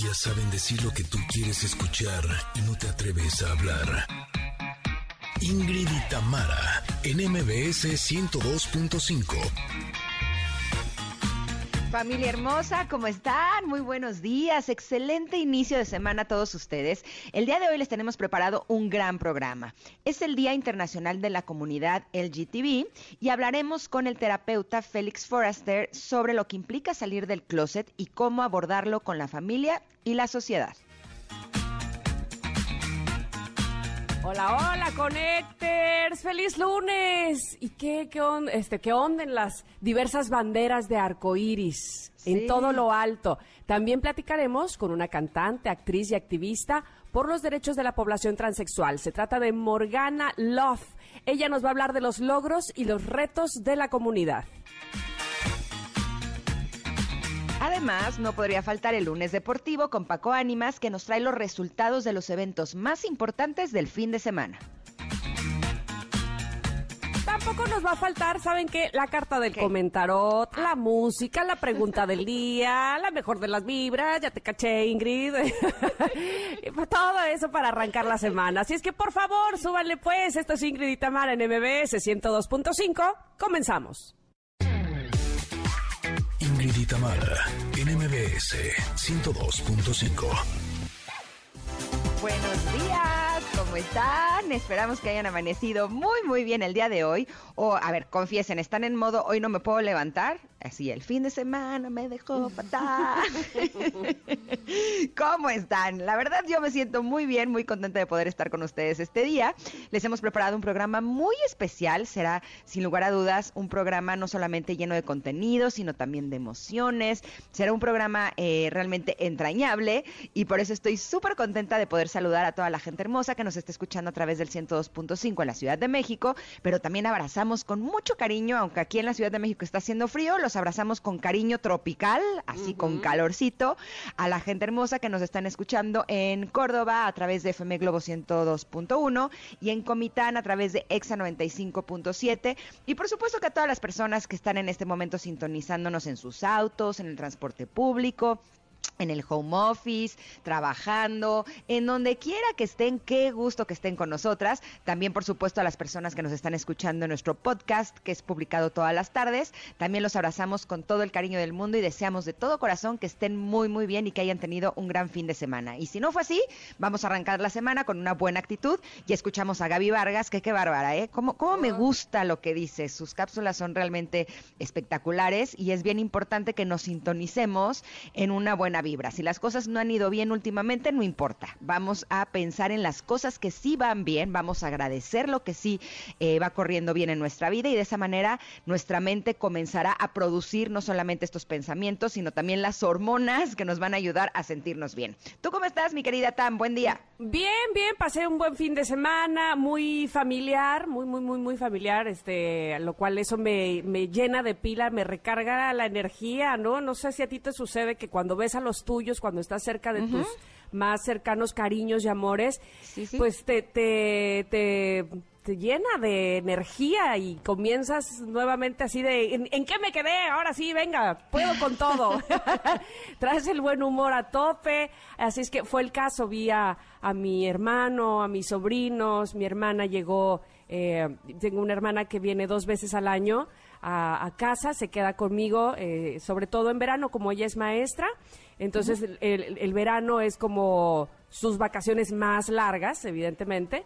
Ellas saben decir lo que tú quieres escuchar y no te atreves a hablar. Ingrid y Tamara, en MBS 102.5. Familia hermosa, ¿cómo están? Muy buenos días, excelente inicio de semana a todos ustedes. El día de hoy les tenemos preparado un gran programa. Es el Día Internacional de la Comunidad LGTB y hablaremos con el terapeuta Félix Forrester sobre lo que implica salir del closet y cómo abordarlo con la familia y la sociedad. Hola, hola, Connectors, feliz lunes. ¿Y qué onda en las diversas banderas de arcoíris en todo lo alto? También platicaremos con una cantante, actriz y activista por los derechos de la población transexual. Se trata de Morgana Love. Ella nos va a hablar de los logros y los retos de la comunidad. Además, no podría faltar el lunes deportivo con Paco Ánimas, que nos trae los resultados de los eventos más importantes del fin de semana. Tampoco nos va a faltar, ¿saben qué? La carta del comentarot, la música, la pregunta del día, la mejor de las vibras, ya te caché, Ingrid. Todo eso para arrancar la semana. Así es que, por favor, súbanle pues. Esto es Ingrid y Tamara en MBS 102.5. Comenzamos. Ingrid y Tamara, en MBS 102.5. Buenos días, ¿cómo están? Esperamos que hayan amanecido muy bien el día de hoy. O, a ver, confiesen, ¿están en modo hoy no me puedo levantar? Así, el fin de semana me dejó fatal. ¿Cómo están? La verdad, yo me siento muy bien, muy contenta de poder estar con ustedes este día. Les hemos preparado un programa muy especial. Será, sin lugar a dudas, un programa no solamente lleno de contenido, sino también de emociones. Será un programa realmente entrañable y por eso estoy súper contenta de poder saludar a toda la gente hermosa que nos está escuchando a través del 102.5 en la Ciudad de México, pero también abrazamos con mucho cariño, aunque aquí en la Ciudad de México está haciendo frío, los abrazamos con cariño tropical, así con calorcito, a la gente hermosa que nos están escuchando en Córdoba a través de FM Globo 102.1 y en Comitán a través de Exa 95.7 y por supuesto que a todas las personas que están en este momento sintonizándonos en sus autos, en el transporte público, en el home office, trabajando, en donde quiera que estén, qué gusto que estén con nosotras. También, por supuesto, a las personas que nos están escuchando en nuestro podcast, que es publicado todas las tardes. También los abrazamos con todo el cariño del mundo y deseamos de todo corazón que estén muy bien y que hayan tenido un gran fin de semana. Y si no fue así, vamos a arrancar la semana con una buena actitud y escuchamos a Gaby Vargas, que qué bárbara, ¿eh? ¿Cómo me gusta lo que dice? Sus cápsulas son realmente espectaculares y es bien importante que nos sintonicemos en una buena vibra. Si las cosas no han ido bien últimamente, no importa. Vamos a pensar en las cosas que sí van bien, vamos a agradecer lo que sí va corriendo bien en nuestra vida y de esa manera nuestra mente comenzará a producir no solamente estos pensamientos, sino también las hormonas que nos van a ayudar a sentirnos bien. ¿Tú cómo estás, mi querida Tam? Buen día. Bien, pasé un buen fin de semana, muy familiar, muy familiar, lo cual eso me llena de pila, me recarga la energía, ¿no? No sé si a ti te sucede que cuando ves a los tuyos, cuando estás cerca de tus más cercanos cariños y amores, pues te llena de energía y comienzas nuevamente así de, ¿en qué me quedé? Ahora sí, venga, puedo con todo. Traes el buen humor a tope, así es que fue el caso, vi a mi hermano, a mis sobrinos, mi hermana llegó, tengo una hermana que viene 2 veces al año a casa, se queda conmigo, sobre todo en verano, como ella es maestra, entonces el verano es como sus vacaciones más largas, evidentemente.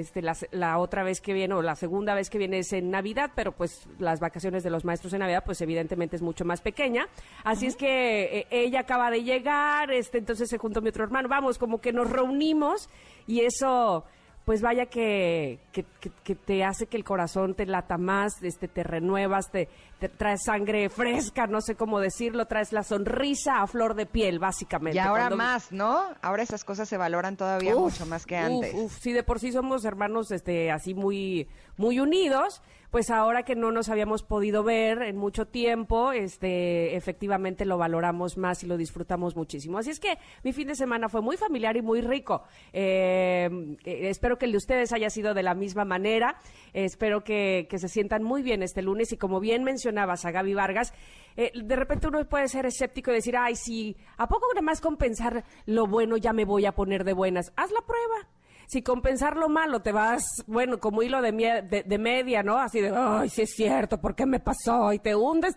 La otra vez que viene, o la segunda vez que viene es en Navidad, pero pues las vacaciones de los maestros en Navidad, pues evidentemente es mucho más pequeña. Así es que ella acaba de llegar, entonces se juntó mi otro hermano, vamos, como que nos reunimos y eso, pues vaya que te hace que el corazón te lata más, te renuevas, te traes sangre fresca, no sé cómo decirlo, traes la sonrisa a flor de piel, básicamente. Y ahora más, ¿no? Ahora esas cosas se valoran todavía mucho más que antes. Sí, de por sí somos hermanos así muy unidos, pues ahora que no nos habíamos podido ver en mucho tiempo, efectivamente lo valoramos más y lo disfrutamos muchísimo. Así es que mi fin de semana fue muy familiar y muy rico. Espero que el de ustedes haya sido de la misma manera. Espero que se sientan muy bien este lunes y como bien mencionabas a Gaby Vargas, de repente uno puede ser escéptico y decir, ay, sí, ¿a poco nada más con pensar lo bueno ya me voy a poner de buenas? Haz la prueba. Si con pensar lo malo te vas, bueno, como hilo de media, ¿no? Así de, ay, sí es cierto, ¿por qué me pasó? Y te hundes.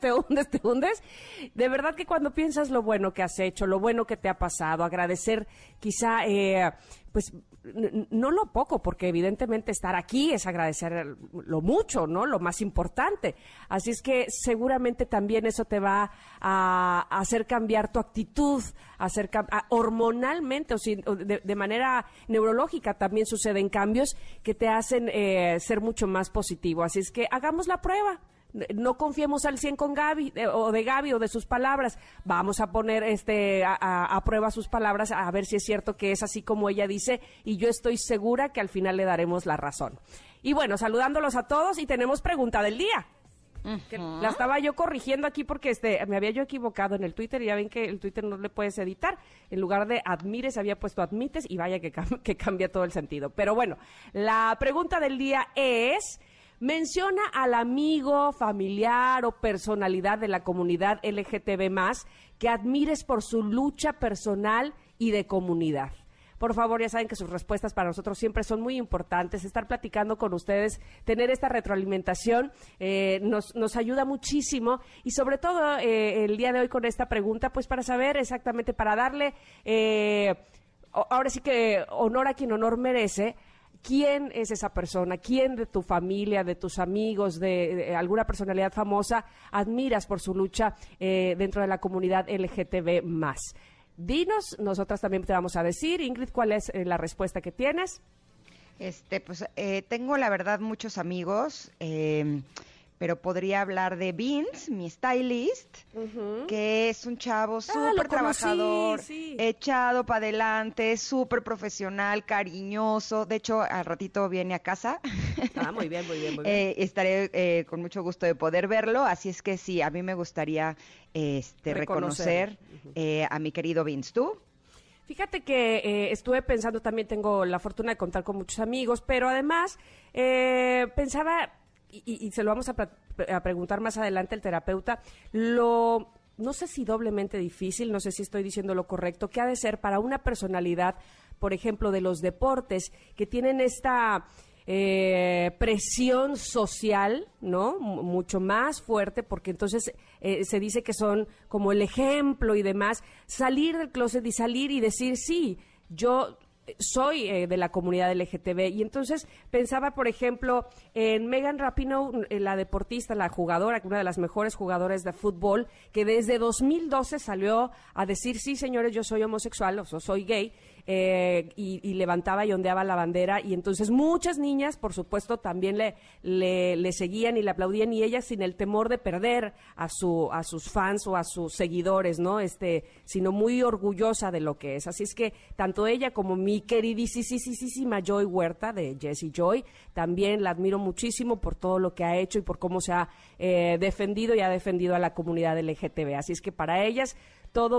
De verdad que cuando piensas lo bueno que has hecho, lo bueno que te ha pasado, agradecer quizá, pues, no lo poco, porque evidentemente estar aquí es agradecer lo mucho, ¿no? Lo más importante. Así es que seguramente también eso te va a hacer cambiar tu actitud, hormonalmente o de manera neurológica también suceden cambios que te hacen ser mucho más positivo. Así es que hagamos la prueba. No confiemos al 100 con Gaby, o de Gaby o de sus palabras. Vamos a poner a prueba sus palabras, a ver si es cierto que es así como ella dice, y yo estoy segura que al final le daremos la razón. Y bueno, saludándolos a todos, y tenemos pregunta del día. Que la estaba yo corrigiendo aquí porque me había yo equivocado en el Twitter, y ya ven que el Twitter no le puedes editar. En lugar de admires había puesto admites, y vaya que cambia todo el sentido. Pero bueno, la pregunta del día es: menciona al amigo, familiar o personalidad de la comunidad LGTB+, que admires por su lucha personal y de comunidad. Por favor, ya saben que sus respuestas para nosotros siempre son muy importantes. Estar platicando con ustedes, tener esta retroalimentación, nos ayuda muchísimo. Y sobre todo el día de hoy con esta pregunta, pues para saber exactamente, para darle, ahora sí que honor a quien honor merece. ¿Quién es esa persona? ¿Quién de tu familia, de tus amigos, de alguna personalidad famosa admiras por su lucha dentro de la comunidad LGTB+? Dinos, nosotras también te vamos a decir. Ingrid, ¿cuál es la respuesta que tienes? Pues tengo la verdad muchos amigos, pero podría hablar de Vince, mi stylist, que es un chavo súper trabajador, sí. Echado para adelante, súper profesional, cariñoso. De hecho, al ratito viene a casa. Muy bien. Estaré con mucho gusto de poder verlo, así es que sí, a mí me gustaría reconocer a mi querido Vince. ¿Tú? Fíjate que estuve pensando, también tengo la fortuna de contar con muchos amigos, pero además pensaba... Y se lo vamos a preguntar más adelante al terapeuta, no sé si doblemente difícil, no sé si estoy diciendo lo correcto, ¿qué ha de ser para una personalidad, por ejemplo, de los deportes, que tienen esta presión social, ¿no? Mucho más fuerte, porque entonces se dice que son como el ejemplo y demás, salir del closet y salir y decir, sí, yo... soy de la comunidad LGTB, y entonces pensaba, por ejemplo, en Megan Rapinoe, la deportista, la jugadora, una de las mejores jugadoras de fútbol, que desde 2012 salió a decir, sí, señores, yo soy homosexual, o soy gay, y levantaba y ondeaba la bandera, y entonces muchas niñas, por supuesto, también le seguían y le aplaudían, y ella sin el temor de perder a sus fans o a sus seguidores, ¿no? Sino muy orgullosa de lo que es. Así es que tanto ella como mi queridísima Joy Huerta, de Jessie Joy, también la admiro muchísimo por todo lo que ha hecho y por cómo se ha defendido y ha defendido a la comunidad LGTB. Así es que para ellas, toda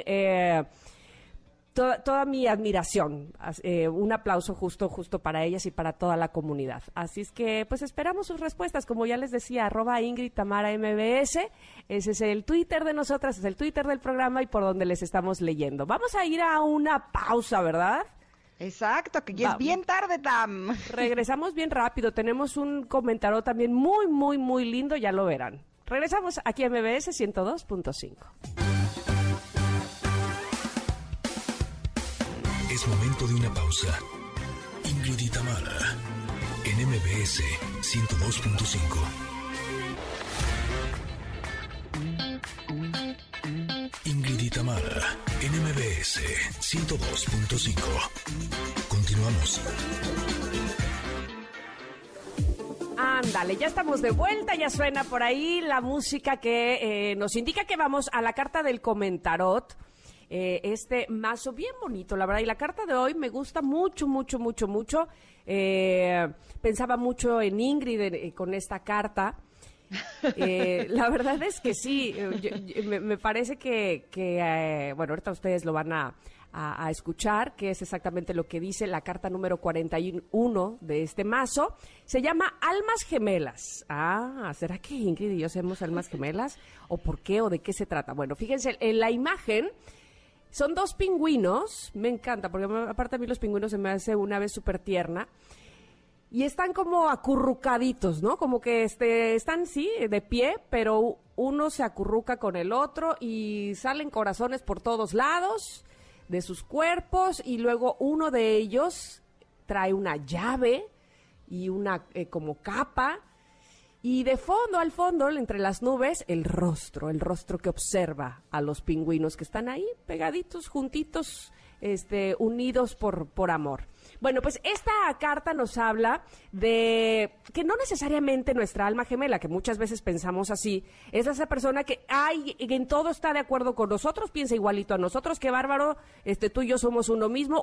mi admiración, un aplauso justo para ellas y para toda la comunidad. Así es que, pues esperamos sus respuestas, como ya les decía, @IngridTamaraMBS, ese es el Twitter de nosotras, es el Twitter del programa y por donde les estamos leyendo. Vamos a ir a una pausa, ¿verdad? Exacto, que ya es bien tarde, Tam. Regresamos bien rápido, tenemos un comentario también muy, muy, muy lindo, ya lo verán. Regresamos aquí a MBS 102.5. Es momento de una pausa. Ingrid y Tamara, en MBS 102.5. Ingrid y Tamara, en MBS 102.5. Continuamos. Ándale, ya estamos de vuelta, ya suena por ahí la música que nos indica que vamos a la carta del comentarot. este mazo bien bonito, la verdad. Y la carta de hoy me gusta mucho, mucho, mucho, mucho. Pensaba mucho en Ingrid con esta carta. La verdad es que sí, me parece que bueno, ahorita ustedes lo van a escuchar, que es exactamente lo que dice la carta número 41 de este mazo. Se llama Almas Gemelas. ¿Será que Ingrid y yo somos almas gemelas? ¿O por qué? ¿O de qué se trata? Bueno, fíjense, en la imagen son dos pingüinos. Me encanta, porque aparte a mí los pingüinos se me hace una vez súper tierna. Y están como acurrucaditos, ¿no? Como que están, sí, de pie, pero uno se acurruca con el otro y salen corazones por todos lados de sus cuerpos, y luego uno de ellos trae una llave y una como capa, y de fondo, al fondo, entre las nubes, el rostro que observa a los pingüinos que están ahí pegaditos, juntitos, unidos por amor. Bueno, pues esta carta nos habla de que no necesariamente nuestra alma gemela, que muchas veces pensamos así, es esa persona que en todo está de acuerdo con nosotros, piensa igualito a nosotros, qué bárbaro, tú y yo somos uno mismo,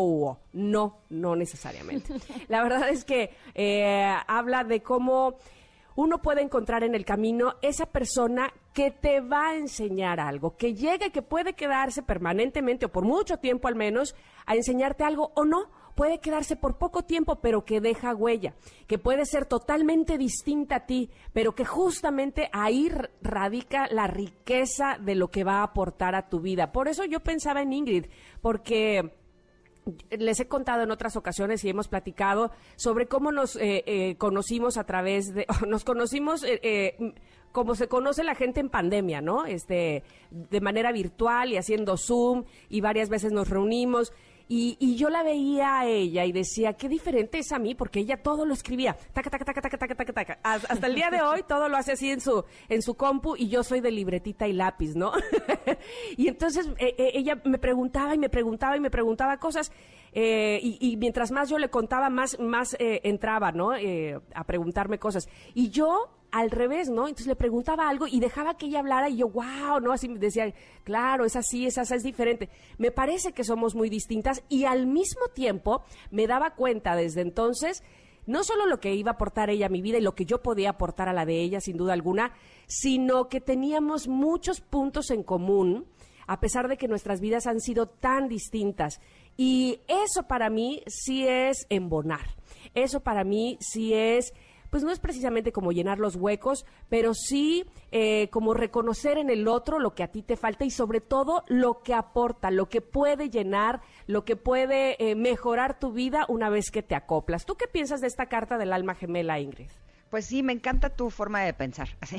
no necesariamente. La verdad es que habla de cómo uno puede encontrar en el camino esa persona que te va a enseñar algo, que llegue, que puede quedarse permanentemente o por mucho tiempo al menos a enseñarte algo, o no, puede quedarse por poco tiempo, pero que deja huella, que puede ser totalmente distinta a ti, pero que justamente ahí radica la riqueza de lo que va a aportar a tu vida. Por eso yo pensaba en Ingrid, porque les he contado en otras ocasiones y hemos platicado sobre cómo nos conocimos nos conocimos como se conoce la gente en pandemia, ¿no? De manera virtual y haciendo Zoom, y varias veces nos reunimos. Y yo la veía a ella y decía, qué diferente es a mí, porque ella todo lo escribía, taca, taca, taca, taca, taca, taca, taca. Hasta el día de hoy todo lo hace así en su compu, y yo soy de libretita y lápiz, ¿no? Y entonces ella me preguntaba y me preguntaba y me preguntaba cosas, y mientras más yo le contaba, más entraba, ¿no? A preguntarme cosas. Y yo al revés, ¿no? Entonces le preguntaba algo y dejaba que ella hablara, y yo, wow, ¿no? Así me decía, claro, es así, es diferente. Me parece que somos muy distintas, y al mismo tiempo me daba cuenta desde entonces no solo lo que iba a aportar ella a mi vida y lo que yo podía aportar a la de ella, sin duda alguna, sino que teníamos muchos puntos en común, a pesar de que nuestras vidas han sido tan distintas. Y eso para mí sí es embonar. Eso para mí sí es, pues no es precisamente como llenar los huecos, pero sí como reconocer en el otro lo que a ti te falta, y sobre todo lo que aporta, lo que puede llenar, lo que puede mejorar tu vida una vez que te acoplas. ¿Tú qué piensas de esta carta del alma gemela, Ingrid? Pues sí, me encanta tu forma de pensar. Así.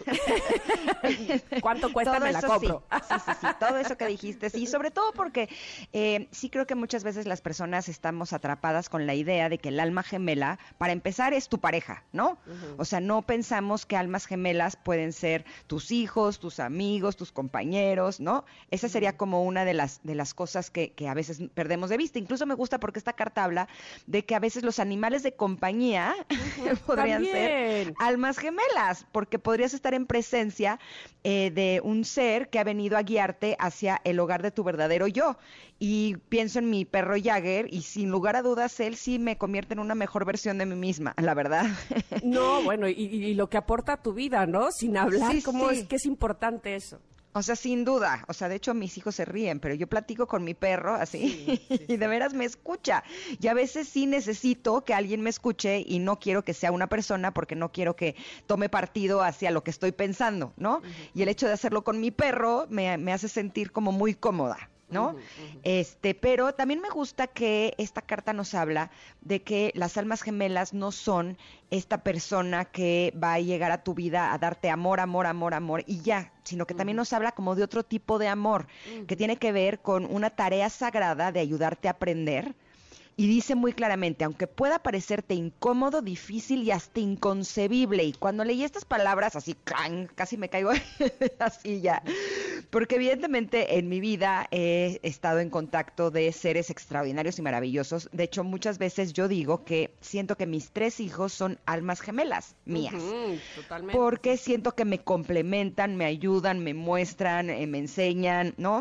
¿Cuánto cuesta? Me la compro. Sí, todo eso que dijiste. Sí, sobre todo porque sí creo que muchas veces las personas estamos atrapadas con la idea de que el alma gemela, para empezar, es tu pareja, ¿no? Uh-huh. O sea, no pensamos que almas gemelas pueden ser tus hijos, tus amigos, tus compañeros, ¿no? Esa sería como una de las cosas que a veces perdemos de vista. Incluso me gusta porque esta carta habla de que a veces los animales de compañía podrían ser almas gemelas, porque podrías estar en presencia de un ser que ha venido a guiarte hacia el hogar de tu verdadero yo. Y pienso en mi perro Jagger, y sin lugar a dudas él sí me convierte en una mejor versión de mí misma, la verdad. No, bueno, y lo que aporta a tu vida, ¿no? Sin hablar, sí, ¿cómo es que es importante eso? O sea, sin duda. O sea, de hecho, mis hijos se ríen, pero yo platico con mi perro así y de veras me escucha. Y a veces sí necesito que alguien me escuche, y no quiero que sea una persona porque no quiero que tome partido hacia lo que estoy pensando, ¿no? Uh-huh. Y el hecho de hacerlo con mi perro me hace sentir como muy cómoda, ¿no? Uh-huh. Pero también me gusta que esta carta nos habla de que las almas gemelas no son esta persona que va a llegar a tu vida a darte amor, amor, amor, amor y ya, sino que también nos habla como de otro tipo de amor, que tiene que ver con una tarea sagrada de ayudarte a aprender. Y dice muy claramente, aunque pueda parecerte incómodo, difícil y hasta inconcebible. Y cuando leí estas palabras, así, casi me caigo de la silla. Porque evidentemente en mi vida he estado en contacto de seres extraordinarios y maravillosos. De hecho, muchas veces yo digo que siento que mis 3 hijos son almas gemelas mías. Totalmente. Porque siento que me complementan, me ayudan, me muestran, me enseñan, ¿no?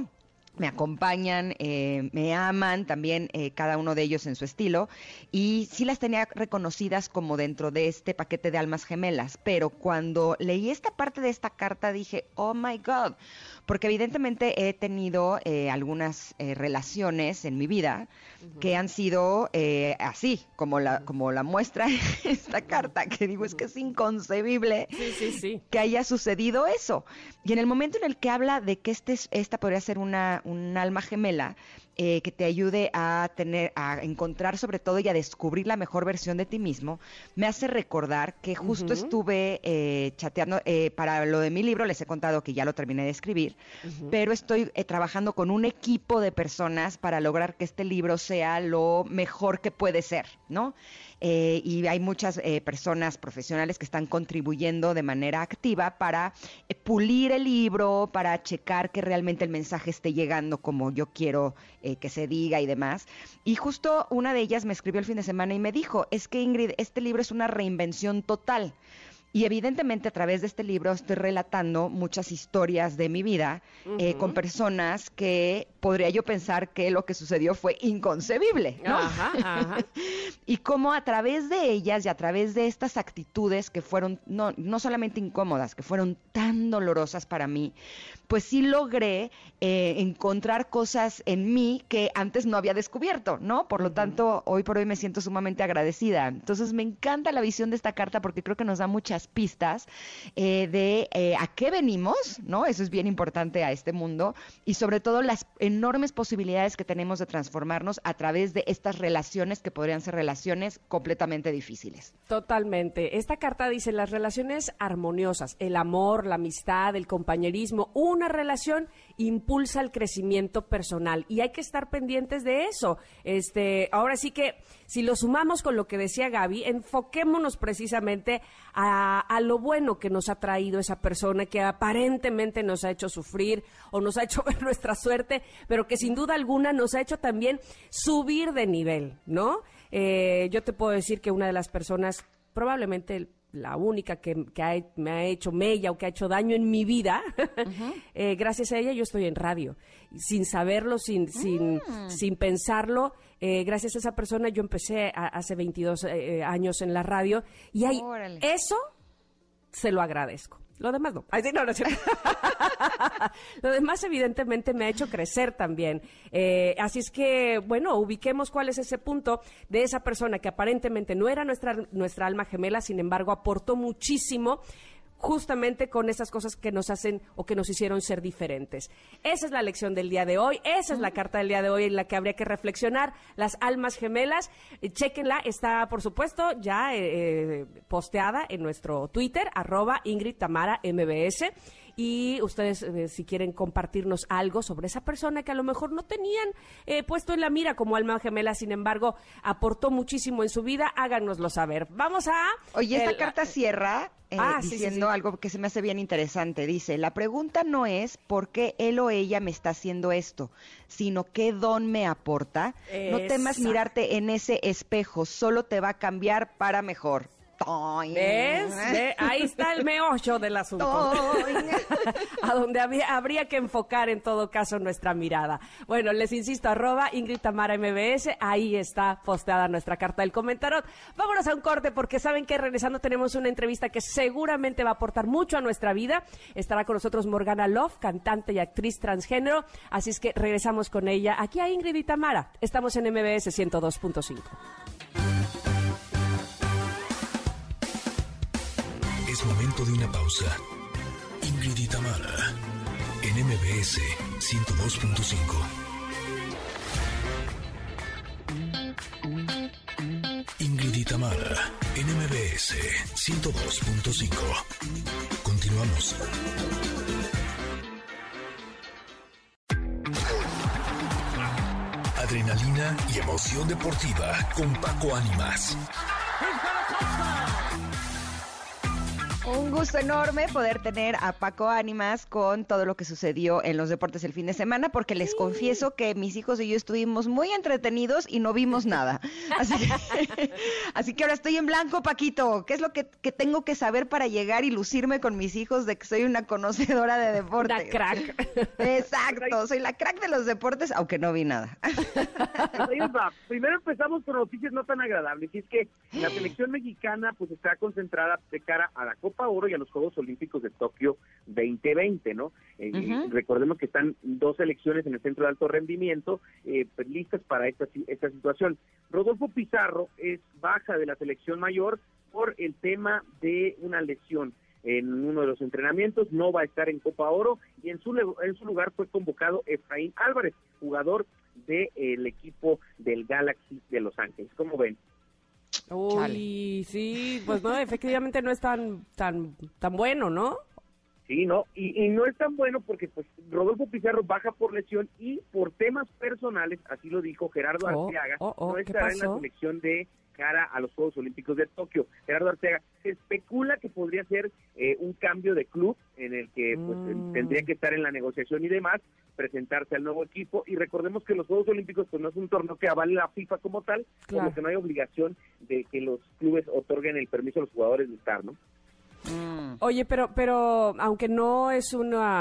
me acompañan, me aman también, cada uno de ellos en su estilo, y sí las tenía reconocidas como dentro de este paquete de almas gemelas, pero cuando leí esta parte de esta carta dije, oh my God, porque evidentemente he tenido algunas relaciones en mi vida que han sido así, como la muestra esta carta, que digo, es que es inconcebible que haya sucedido eso. Y en el momento en el que habla de que esta podría ser un alma gemela, que te ayude a encontrar sobre todo y a descubrir la mejor versión de ti mismo, me hace recordar que justo estuve chateando para lo de mi libro, les he contado que ya lo terminé de escribir, pero estoy trabajando con un equipo de personas para lograr que este libro sea lo mejor que puede ser, ¿no? Y hay muchas personas profesionales que están contribuyendo de manera activa para pulir el libro, para checar que realmente el mensaje esté llegando como yo quiero que se diga y demás. Y justo una de ellas me escribió el fin de semana y me dijo, es que Ingrid, este libro es una reinvención total. Y evidentemente a través de este libro estoy relatando muchas historias de mi vida con personas que podría yo pensar que lo que sucedió fue inconcebible, ¿no? Y cómo a través de ellas y a través de estas actitudes que fueron no solamente incómodas, que fueron tan dolorosas para mí, pues sí logré encontrar cosas en mí que antes no había descubierto, ¿no? Por lo tanto, hoy por hoy me siento sumamente agradecida. Entonces me encanta la visión de esta carta porque creo que nos da muchas pistas de a qué venimos, ¿no? Eso es bien importante a este mundo, y sobre todo las enormes posibilidades que tenemos de transformarnos a través de estas relaciones que podrían ser relaciones completamente difíciles. Totalmente. Esta carta dice las relaciones armoniosas, el amor, la amistad, el compañerismo, una relación impulsa el crecimiento personal y hay que estar pendientes de eso. Ahora sí que si lo sumamos con lo que decía Gaby, enfoquémonos precisamente a lo bueno que nos ha traído esa persona que aparentemente nos ha hecho sufrir o nos ha hecho ver nuestra suerte, pero que sin duda alguna nos ha hecho también subir de nivel, ¿no? Yo te puedo decir que una de las personas, probablemente la única que me ha hecho mella o que ha hecho daño en mi vida, gracias a ella yo estoy en radio. Sin saberlo, sin pensarlo, gracias a esa persona yo empecé hace 22 años en la radio y eso se lo agradezco. Lo demás no. Ay, sí, no, no es cierto. Lo demás evidentemente me ha hecho crecer también. Así es que, bueno, ubiquemos cuál es ese punto de esa persona que aparentemente no era nuestra alma gemela, sin embargo aportó muchísimo justamente con esas cosas que nos hacen o que nos hicieron ser diferentes. Esa es la lección del día de hoy, esa es la carta del día de hoy en la que habría que reflexionar, las almas gemelas. Chéquenla, está por supuesto ya posteada en nuestro Twitter, @IngridTamaraMBS. Y ustedes, si quieren compartirnos algo sobre esa persona que a lo mejor no tenían puesto en la mira como alma gemela, sin embargo, aportó muchísimo en su vida, háganoslo saber. Vamos a... Oye, esta carta cierra diciendo algo que se me hace bien interesante. Dice, la pregunta no es por qué él o ella me está haciendo esto, sino qué don me aporta. No temas mirarte en ese espejo, solo te va a cambiar para mejor. ¿Ves? Ahí está el meollo del asunto. A donde habría que enfocar en todo caso nuestra mirada. Bueno, les insisto, @IngridTamaraMBS, ahí está posteada nuestra carta del comentarot. Vámonos a un corte porque saben que regresando tenemos una entrevista que seguramente va a aportar mucho a nuestra vida. Estará con nosotros Morgana Love, cantante y actriz transgénero, así es que regresamos con ella aquí a Ingrid y Tamara. Estamos en MBS 102.5. Es momento de una pausa. Ingrid y Tamara, en MBS 102.5. Ingrid y Tamara, en MBS 102.5. Continuamos. Adrenalina y emoción deportiva con Paco Ánimas. Un gusto enorme poder tener a Paco Ánimas con todo lo que sucedió en los deportes el fin de semana, porque les confieso que mis hijos y yo estuvimos muy entretenidos y no vimos nada. Así que ahora estoy en blanco, Paquito. ¿Qué es lo que tengo que saber para llegar y lucirme con mis hijos de que soy una conocedora de deportes? Una crack. Exacto, soy la crack de los deportes, aunque no vi nada. Primero empezamos con noticias no tan agradables, y es que la selección mexicana pues está concentrada de cara a la Copa Oro y a los Juegos Olímpicos de Tokio 2020, ¿no? Recordemos que están 2 selecciones en el centro de alto rendimiento pues, listas para esta situación. Rodolfo Pizarro es baja de la selección mayor por el tema de una lesión en uno de los entrenamientos, no va a estar en Copa Oro, y en su lugar fue convocado Efraín Álvarez, jugador del equipo del Galaxy de Los Ángeles. ¿Cómo ven? Uy, Chale. Sí, pues no, efectivamente no es tan bueno, ¿no? Sí, no, y no es tan bueno porque pues Rodolfo Pizarro baja por lesión y por temas personales, así lo dijo Gerardo Arteaga, no estará en la selección de cara a los Juegos Olímpicos de Tokio. Gerardo Arteaga, se especula que podría ser un cambio de club en el que pues tendría que estar en la negociación y demás, presentarse al nuevo equipo, y recordemos que los Juegos Olímpicos pues no es un torneo que avale la FIFA como tal, claro, como que no hay obligación de que los clubes otorguen el permiso a los jugadores de estar, ¿no? Oye, pero aunque no es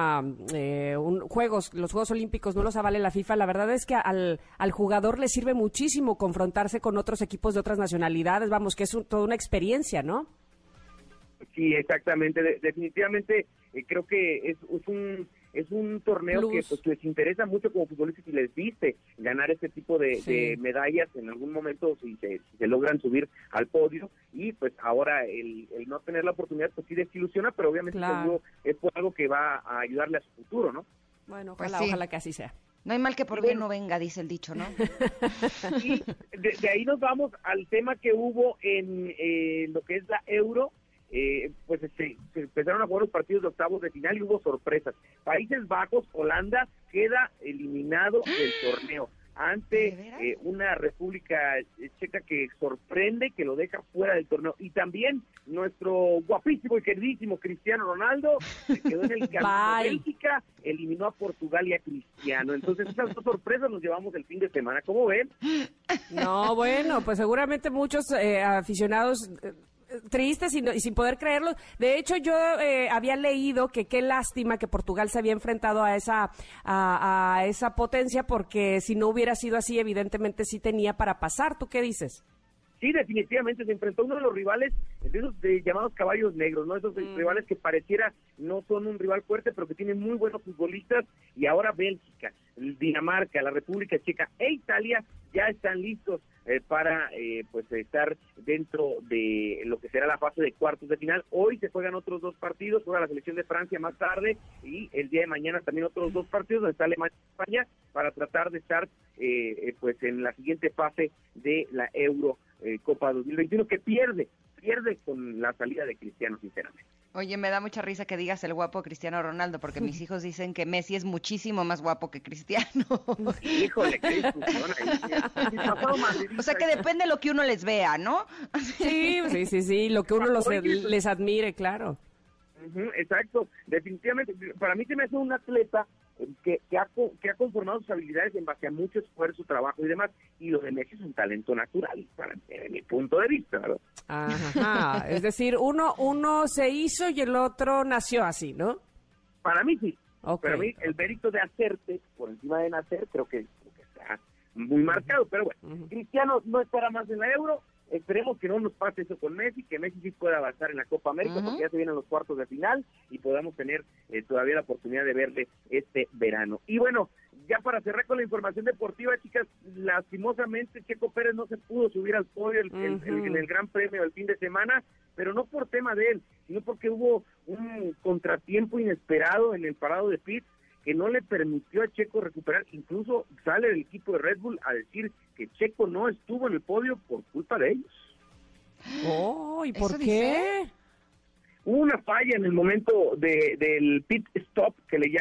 los Juegos Olímpicos no los avale la FIFA, la verdad es que al jugador le sirve muchísimo confrontarse con otros equipos de otras nacionalidades, vamos, que es toda una experiencia, ¿no? Sí, exactamente, definitivamente creo que es un torneo que pues les interesa mucho como futbolistas y les viste ganar este tipo de medallas en algún momento si se logran subir al podio, y pues ahora el no tener la oportunidad pues sí desilusiona, pero obviamente claro, es por algo que va a ayudarle a su futuro, ¿no? Bueno, ojalá que así sea. No hay mal que por bien no venga, dice el dicho, ¿no? Y de ahí nos vamos al tema que hubo en lo que es la Euro. Pues se empezaron a jugar los partidos de octavos de final y hubo sorpresas. Países Bajos, Holanda, queda eliminado del torneo ante una República Checa que sorprende, que lo deja fuera del torneo. Y también nuestro guapísimo y queridísimo Cristiano Ronaldo se quedó en el camino. Bélgica eliminó a Portugal y a Cristiano. Entonces esas 2 sorpresas nos llevamos el fin de semana. ¿Cómo ven? No, bueno, pues seguramente muchos aficionados tristes y sin poder creerlo. De hecho, yo había leído que qué lástima que Portugal se había enfrentado a esa potencia, porque si no hubiera sido así, evidentemente sí tenía para pasar. ¿Tú qué dices? Sí, definitivamente se enfrentó a uno de los rivales, de esos llamados caballos negros, ¿no? Esos rivales que pareciera no son un rival fuerte, pero que tienen muy buenos futbolistas, y ahora Bélgica, Dinamarca, la República Checa e Italia ya están listos para pues estar dentro de lo que será la fase de cuartos de final. Hoy se juegan otros 2 partidos, juega la selección de Francia más tarde, y el día de mañana también otros 2 partidos donde está Alemania y España, para tratar de estar pues en la siguiente fase de la Euro Copa 2021, que pierde con la salida de Cristiano, sinceramente. Oye, me da mucha risa que digas el guapo Cristiano Ronaldo, porque mis hijos dicen que Messi es muchísimo más guapo que Cristiano. Híjole, qué discusión ahí. O sea que depende de lo que uno les vea, ¿no? Sí, lo que uno les admire, claro. Exacto, definitivamente, para mí se me hace un atleta que ha conformado sus habilidades en base a mucho esfuerzo, trabajo y demás, y lo de Messi es un talento natural, desde mi punto de vista, ¿verdad? Ajá, es decir, uno se hizo y el otro nació así, ¿no? Para mí sí, okay. Para mí el mérito de hacerte por encima de nacer creo que está muy marcado, pero bueno, Cristiano no estará más en la Euro. Esperemos que no nos pase eso con Messi, que Messi sí pueda avanzar en la Copa América, porque ya se vienen los cuartos de final y podamos tener todavía la oportunidad de verle este verano. Y bueno, ya para cerrar con la información deportiva, chicas, lastimosamente Checo Pérez no se pudo subir al podio en el Gran Premio del fin de semana, pero no por tema de él, sino porque hubo un contratiempo inesperado en el parado de pits que no le permitió a Checo recuperar. Incluso sale el equipo de Red Bull a decir que Checo no estuvo en el podio por culpa de ellos. Oh, ¿y por qué? Hubo una falla en el momento del pit stop, que le llaman,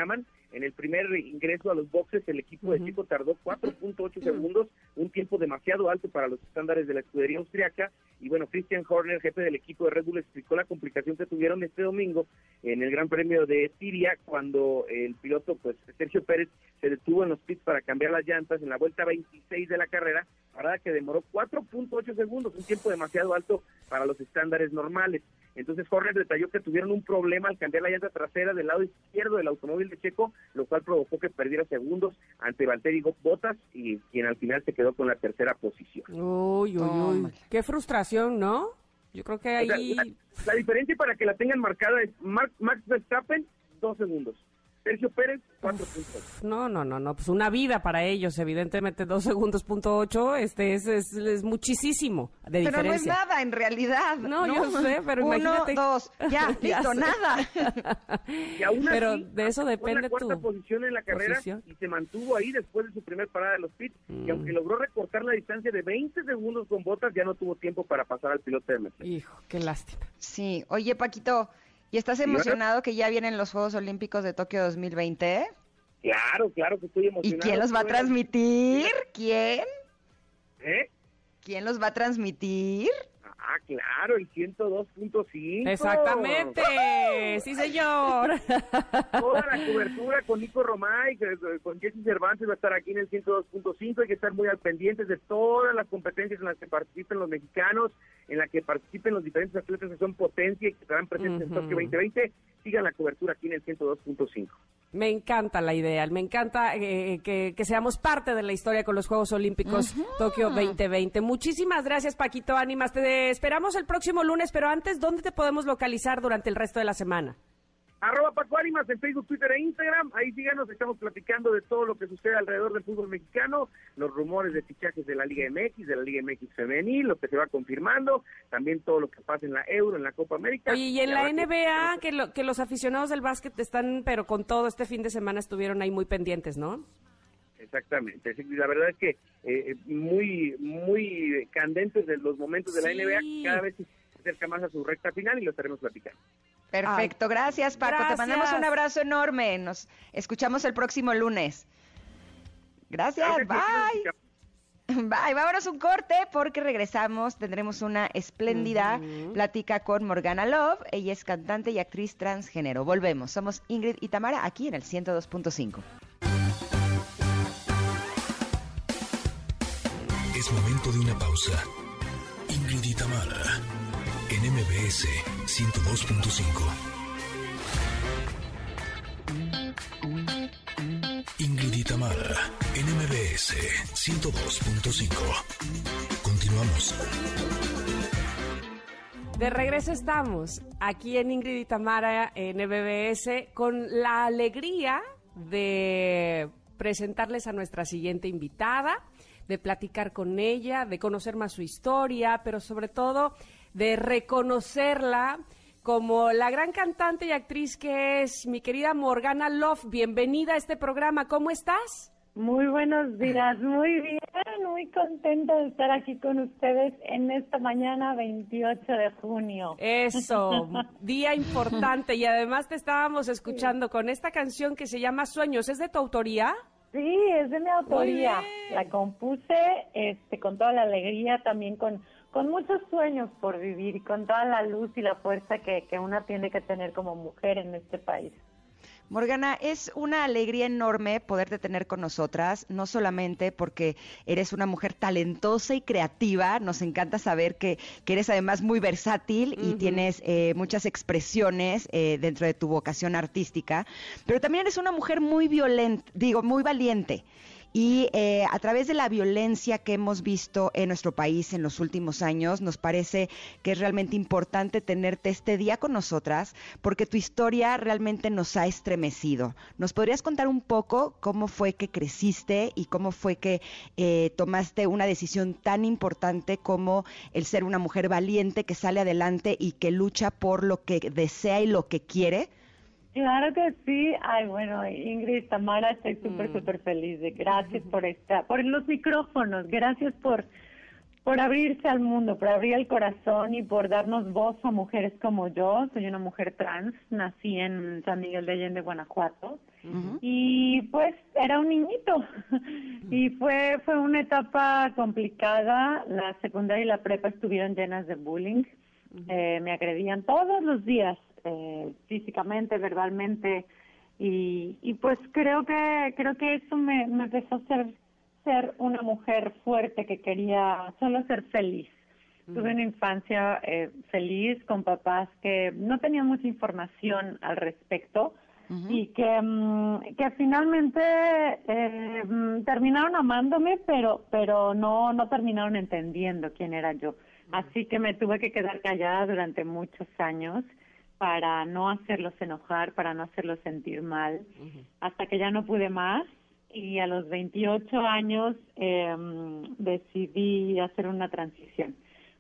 En el primer ingreso a los boxes, el equipo de Checo tardó 4.8 segundos, un tiempo demasiado alto para los estándares de la escudería austriaca. Y bueno, Christian Horner, jefe del equipo de Red Bull, explicó la complicación que tuvieron este domingo en el Gran Premio de Estiria, cuando el piloto, pues Sergio Pérez, se detuvo en los pits para cambiar las llantas en la vuelta 26 de la carrera, parada que demoró 4.8 segundos, un tiempo demasiado alto para los estándares normales. Entonces Horner detalló que tuvieron un problema al cambiar la llanta trasera del lado izquierdo del automóvil de Checo, lo cual provocó que perdiera segundos ante Valtteri Bottas, y quien al final se quedó con la tercera posición. Uy. Qué frustración, ¿no? Yo creo que ahí... O sea, la diferencia, para que la tengan marcada, es Max Verstappen, 2 segundos. Sergio Pérez, 4 puntos. No, pues una vida para ellos, evidentemente 2 segundos, .8, es muchísimo de diferencia. Pero no es nada, en realidad. No, yo sé, pero imagínate. 1, 2, ya, listo, nada. Y aún pero así, de eso depende la cuarta posición en la carrera posición. Y se mantuvo ahí después de su primer parada de los pits, y aunque logró recortar la distancia de 20 segundos con Bottas, ya no tuvo tiempo para pasar al piloto de Mercedes. Hijo, qué lástima. Sí, oye, Paquito, ¿y estás emocionado que ya vienen los Juegos Olímpicos de Tokio 2020? Claro que estoy emocionado. ¿Y quién los va a transmitir? ¿Quién? ¿Quién los va a transmitir? Ah, claro, el 102.5. Exactamente, sí señor. Toda la cobertura con Nico Romay, con Jesse Cervantes va a estar aquí en el 102.5. Hay que estar muy al pendiente de todas las competencias en las que participen los mexicanos, en las que participen los diferentes atletas que son potencia y que estarán presentes en Tokio 2020. Sigan la cobertura aquí en el 102.5. Me encanta la idea, me encanta que seamos parte de la historia con los Juegos Olímpicos Tokio 2020. Muchísimas gracias, Paquito Ánimas. Te esperamos el próximo lunes, pero antes, ¿dónde te podemos localizar durante el resto de la semana? @Paco Ánimas en Facebook, Twitter e Instagram. Ahí síganos, estamos platicando de todo lo que sucede alrededor del fútbol mexicano, los rumores de fichajes de la Liga MX, de la Liga MX femenil, lo que se va confirmando, también todo lo que pasa en la Euro, en la Copa América. Oye, y en la NBA, que los aficionados del básquet están, pero con todo, este fin de semana estuvieron ahí muy pendientes, ¿no? Exactamente, la verdad es que muy candentes de los momentos de la NBA, cada vez se acerca más a su recta final y lo estaremos platicando. Perfecto, gracias, Paco. Gracias. Te mandamos un abrazo enorme. Nos escuchamos el próximo lunes. Gracias, bye. Bye, vámonos un corte porque regresamos, tendremos una espléndida plática con Morgana Love. Ella es cantante y actriz transgénero. Volvemos, somos Ingrid y Tamara aquí en el 102.5. Es momento de una pausa. Ingrid y Tamara en MBS 102.5. Ingrid y Tamara en MBS 102.5. Continuamos. De regreso estamos aquí en Ingrid y Tamara en MBS con la alegría de presentarles a nuestra siguiente invitada, de platicar con ella, de conocer más su historia, pero sobre todo de reconocerla como la gran cantante y actriz que es mi querida Morgana Love. Bienvenida a este programa, ¿cómo estás? Muy buenos días, muy bien, muy contenta de estar aquí con ustedes en esta mañana 28 de junio. Eso, día importante, y además te estábamos escuchando con esta canción que se llama Sueños. ¿Es de tu autoría? Sí, es de mi autoría. La compuse con toda la alegría, también con muchos sueños por vivir y con toda la luz y la fuerza que una tiene que tener como mujer en este país. Morgana, es una alegría enorme poderte tener con nosotras, no solamente porque eres una mujer talentosa y creativa, nos encanta saber que eres además muy versátil y tienes muchas expresiones dentro de tu vocación artística, pero también eres una mujer muy muy valiente. Y a través de la violencia que hemos visto en nuestro país en los últimos años, nos parece que es realmente importante tenerte este día con nosotras, porque tu historia realmente nos ha estremecido. ¿Nos podrías contar un poco cómo fue que creciste y cómo fue que tomaste una decisión tan importante como el ser una mujer valiente que sale adelante y que lucha por lo que desea y lo que quiere? Claro que sí. Ay, bueno, Ingrid, Tamara, estoy súper feliz. Gracias por los micrófonos. Gracias por por abrirse al mundo, por abrir el corazón y por darnos voz a mujeres como yo. Soy una mujer trans, nací en San Miguel de Allende, Guanajuato, y pues era un niñito. Y fue una etapa complicada. La secundaria y la prepa estuvieron llenas de bullying. Me agredían todos los días, físicamente, verbalmente, y pues creo que eso me empezó a hacer ser una mujer fuerte que quería solo ser feliz. Tuve una infancia feliz con papás que no tenían mucha información al respecto y que finalmente terminaron amándome, pero no terminaron entendiendo quién era yo. Así que me tuve que quedar callada durante muchos años para no hacerlos enojar, para no hacerlos sentir mal, hasta que ya no pude más. Y a los 28 años decidí hacer una transición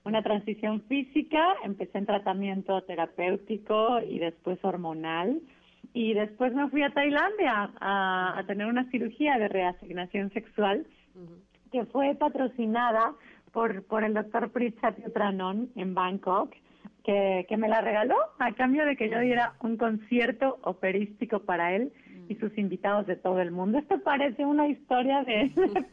física. Empecé en tratamiento terapéutico y después hormonal, y después me fui a Tailandia a tener una cirugía de reasignación sexual que fue patrocinada por el doctor Prichat Yutranon en Bangkok, que me la regaló a cambio de que yo diera un concierto operístico para él y sus invitados de todo el mundo. Esto parece una historia de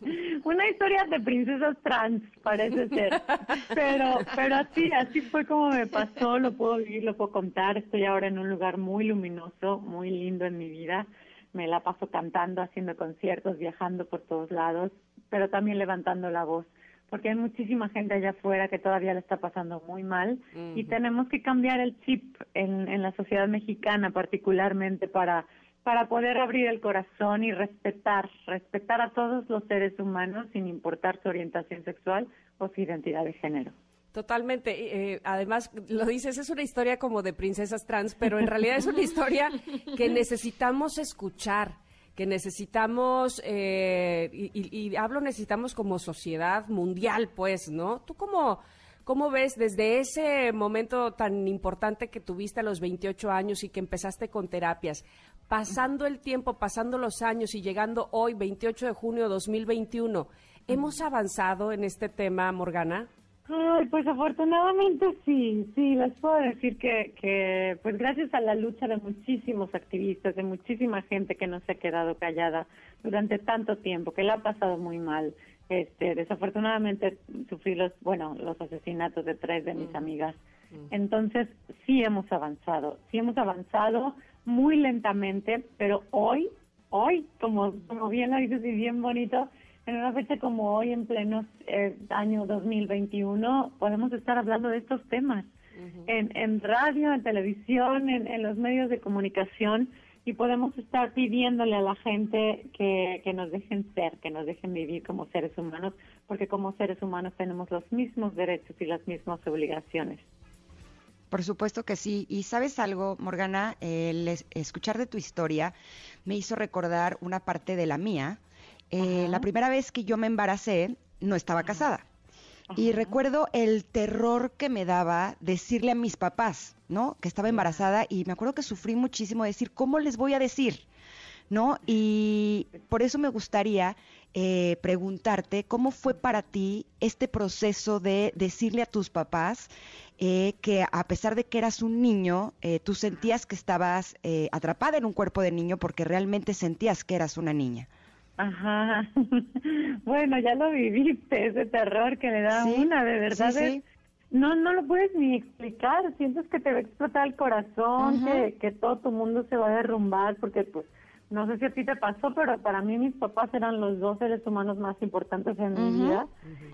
princesas trans, parece ser. Pero así fue como me pasó. Lo puedo vivir, lo puedo contar. Estoy ahora en un lugar muy luminoso, muy lindo en mi vida. Me la paso cantando, haciendo conciertos, viajando por todos lados, pero también levantando la voz, porque hay muchísima gente allá afuera que todavía le está pasando muy mal, y tenemos que cambiar el chip en la sociedad mexicana particularmente para poder abrir el corazón y respetar a todos los seres humanos sin importar su orientación sexual o su identidad de género. Totalmente. Además, lo dices, es una historia como de princesas trans, pero en realidad es una historia que necesitamos escuchar, que necesitamos, necesitamos como sociedad mundial, pues, ¿no? ¿Tú cómo ves desde ese momento tan importante que tuviste a los 28 años y que empezaste con terapias, pasando el tiempo, pasando los años y llegando hoy, 28 de junio de 2021, ¿hemos avanzado en este tema, Morgana? Ay, pues afortunadamente sí, les puedo decir que pues gracias a la lucha de muchísimos activistas, de muchísima gente que no se ha quedado callada durante tanto tiempo, que la ha pasado muy mal. Desafortunadamente sufrí los asesinatos de 3 de mis amigas. Entonces sí hemos avanzado muy lentamente, pero hoy, como bien lo dices y bien bonito, en una fecha como hoy, en pleno año 2021, podemos estar hablando de estos temas en radio, en televisión, en los medios de comunicación, y podemos estar pidiéndole a la gente que nos dejen ser, que nos dejen vivir como seres humanos, porque como seres humanos tenemos los mismos derechos y las mismas obligaciones. Por supuesto que sí. Y ¿sabes algo, Morgana? El escuchar de tu historia me hizo recordar una parte de la mía. La primera vez que yo me embaracé, no estaba casada. Y recuerdo el terror que me daba decirle a mis papás, ¿no? Que estaba embarazada, y me acuerdo que sufrí muchísimo de decir, ¿cómo les voy a decir? ¿No? Y por eso me gustaría preguntarte, ¿cómo fue para ti este proceso de decirle a tus papás que a pesar de que eras un niño, tú sentías que estabas atrapada en un cuerpo de niño porque realmente sentías que eras una niña? Ajá. Bueno, ya lo viviste, ese terror que le da a una, de verdad. Sí. No lo puedes ni explicar, sientes que te va a explotar el corazón, que todo tu mundo se va a derrumbar, porque pues no sé si a ti te pasó, pero para mí mis papás eran los 2 seres humanos más importantes en mi vida.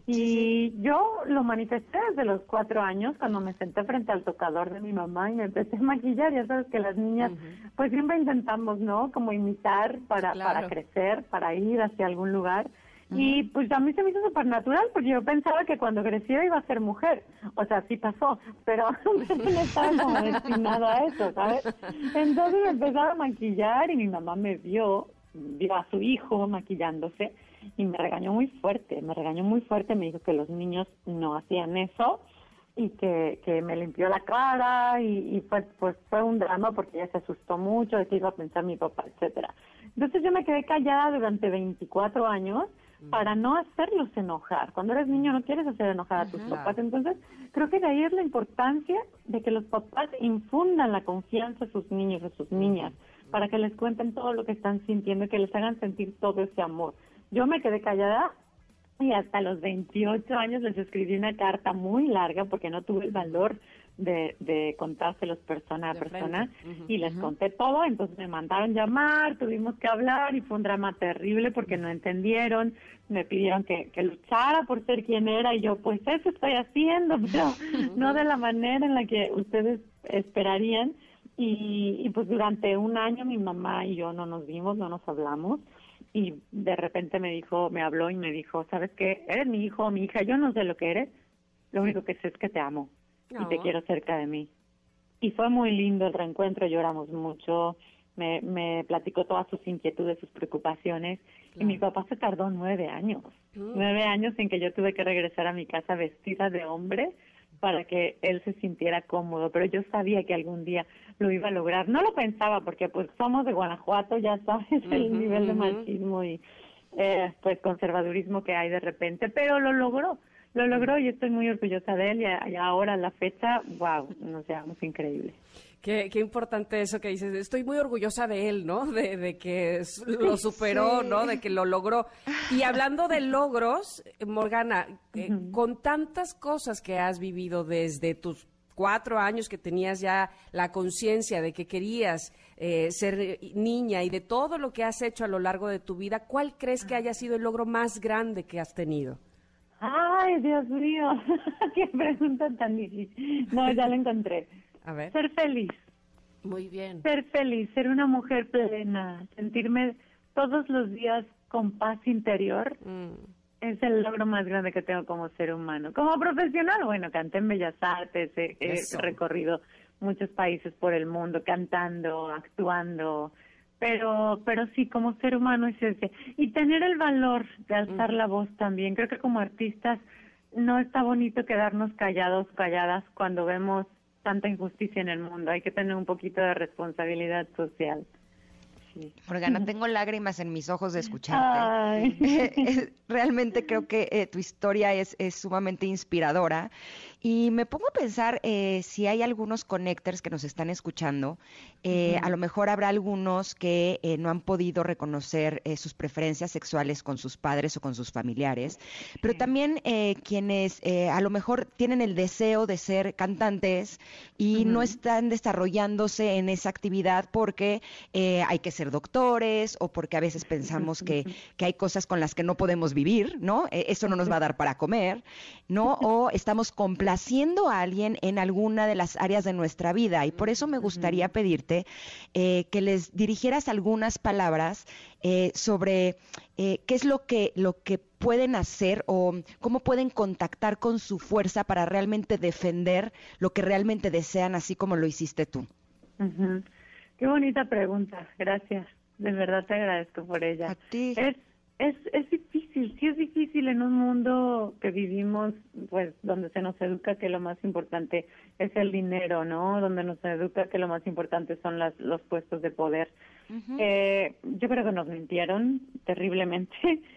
Y yo lo manifesté desde los 4 años, cuando me senté frente al tocador de mi mamá y me empecé a maquillar. Ya sabes que las niñas pues siempre intentamos, ¿no? Como imitar para crecer, para ir hacia algún lugar. Y pues a mí se me hizo súper natural, porque yo pensaba que cuando creciera iba a ser mujer. O sea, sí pasó, pero no estaba como destinado a eso, ¿sabes? Entonces me empezaba a maquillar y mi mamá me vio a su hijo maquillándose y me regañó muy fuerte, me dijo que los niños no hacían eso y que me limpió la cara y fue un drama, porque ella se asustó mucho de qué iba a pensar mi papá, etcétera. Entonces yo me quedé callada durante 24 años, para no hacerlos enojar. Cuando eres niño no quieres hacer enojar a tus papás. Entonces, creo que de ahí es la importancia de que los papás infundan la confianza a sus niños, a sus niñas, para que les cuenten todo lo que están sintiendo y que les hagan sentir todo ese amor. Yo me quedé callada y hasta los 28 años les escribí una carta muy larga porque no tuve el valor de contárselos persona a persona y les conté todo. Entonces me mandaron llamar, tuvimos que hablar y fue un drama terrible porque no entendieron, me pidieron que luchara por ser quien era y yo pues eso estoy haciendo, pero no de la manera en la que ustedes esperarían. Y pues durante un año mi mamá y yo no nos vimos, no nos hablamos. Y de repente me habló y me dijo, ¿sabes qué? Eres mi hijo o mi hija, yo no sé lo que eres, lo único que sé es que te amo y te quiero cerca de mí. Y fue muy lindo el reencuentro, lloramos mucho, me platicó todas sus inquietudes, sus preocupaciones, y mi papá se tardó 9 años, 9 años en que yo tuve que regresar a mi casa vestida de hombre para que él se sintiera cómodo, pero yo sabía que algún día lo iba a lograr. No lo pensaba porque pues somos de Guanajuato, ya sabes, el nivel de machismo y pues conservadurismo que hay de repente, pero lo logró y estoy muy orgullosa de él y ahora a la fecha, wow, nos llevamos increíble. Qué importante eso que dices. Estoy muy orgullosa de él, ¿no? De que lo superó, ¿no? De que lo logró. Y hablando de logros, Morgana, con tantas cosas que has vivido desde tus 4 años que tenías ya la conciencia de que querías ser niña y de todo lo que has hecho a lo largo de tu vida, ¿cuál crees que haya sido el logro más grande que has tenido? Ay, Dios mío, qué pregunta tan difícil. No, ya lo encontré. A ver. Ser feliz. Muy bien. Ser feliz, ser una mujer plena, sentirme todos los días con paz interior. Es el logro más grande que tengo como ser humano. Como profesional, bueno, canté en Bellas Artes, he recorrido muchos países por el mundo cantando, actuando, pero sí, como ser humano es ese. Y tener el valor de alzar la voz también. Creo que como artistas no está bonito quedarnos callados, calladas cuando vemos tanta injusticia en el mundo. Hay que tener un poquito de responsabilidad social. Sí. Morgana, tengo lágrimas en mis ojos de escucharte. Realmente creo que tu historia es sumamente inspiradora y me pongo a pensar si hay algunos connectors que nos están escuchando. A lo mejor habrá algunos que no han podido reconocer sus preferencias sexuales con sus padres o con sus familiares, pero también quienes a lo mejor tienen el deseo de ser cantantes y no están desarrollándose en esa actividad porque hay que ser doctores o porque a veces pensamos que hay cosas con las que no podemos vivir, ¿no? Eso no nos va a dar para comer, ¿no? O estamos complaciendo a alguien en alguna de las áreas de nuestra vida y por eso me gustaría pedirte que les dirigieras algunas palabras sobre qué es lo que pueden hacer o cómo pueden contactar con su fuerza para realmente defender lo que realmente desean, así como lo hiciste tú. Qué bonita pregunta, gracias. De verdad te agradezco por ella. A ti. Es difícil, sí es difícil en un mundo que vivimos, pues, donde se nos educa que lo más importante es el dinero, ¿no? Donde nos educa que lo más importante son los puestos de poder. Yo creo que nos mintieron terriblemente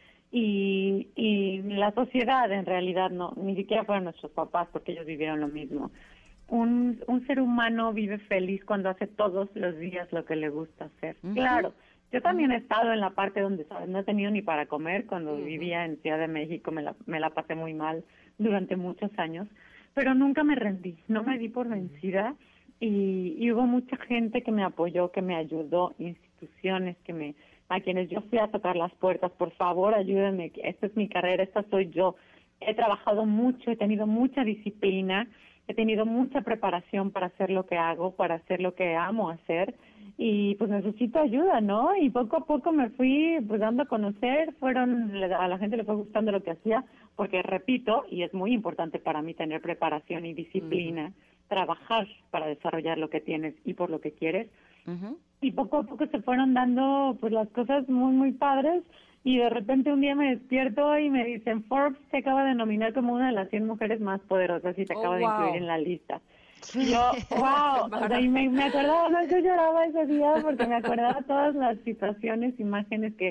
y la sociedad en realidad no, ni siquiera fueron nuestros papás porque ellos vivieron lo mismo. Un ser humano vive feliz cuando hace todos los días lo que le gusta hacer. Claro, yo también he estado en la parte donde, ¿sabes? No he tenido ni para comer. Cuando vivía en Ciudad de México me la pasé muy mal durante muchos años, pero nunca me rendí, no me di por vencida y hubo mucha gente que me apoyó, que me ayudó, instituciones a quienes yo fui a tocar las puertas. Por favor, ayúdenme, esta es mi carrera, esta soy yo. He trabajado mucho, he tenido mucha disciplina, he tenido mucha preparación para hacer lo que hago, para hacer lo que amo hacer y pues necesito ayuda, ¿no? Y poco a poco me fui pues dando a conocer, a la gente le fue gustando lo que hacía, porque repito, y es muy importante para mí tener preparación y disciplina, trabajar para desarrollar lo que tienes y por lo que quieres. Y poco a poco se fueron dando pues las cosas muy, muy padres. Y de repente un día me despierto y me dicen, Forbes te acaba de nominar como una de las 100 mujeres más poderosas y te acaba de incluir en la lista. Y yo, wow, o sea, y me acordaba, no, yo lloraba ese día porque me acordaba todas las situaciones, imágenes que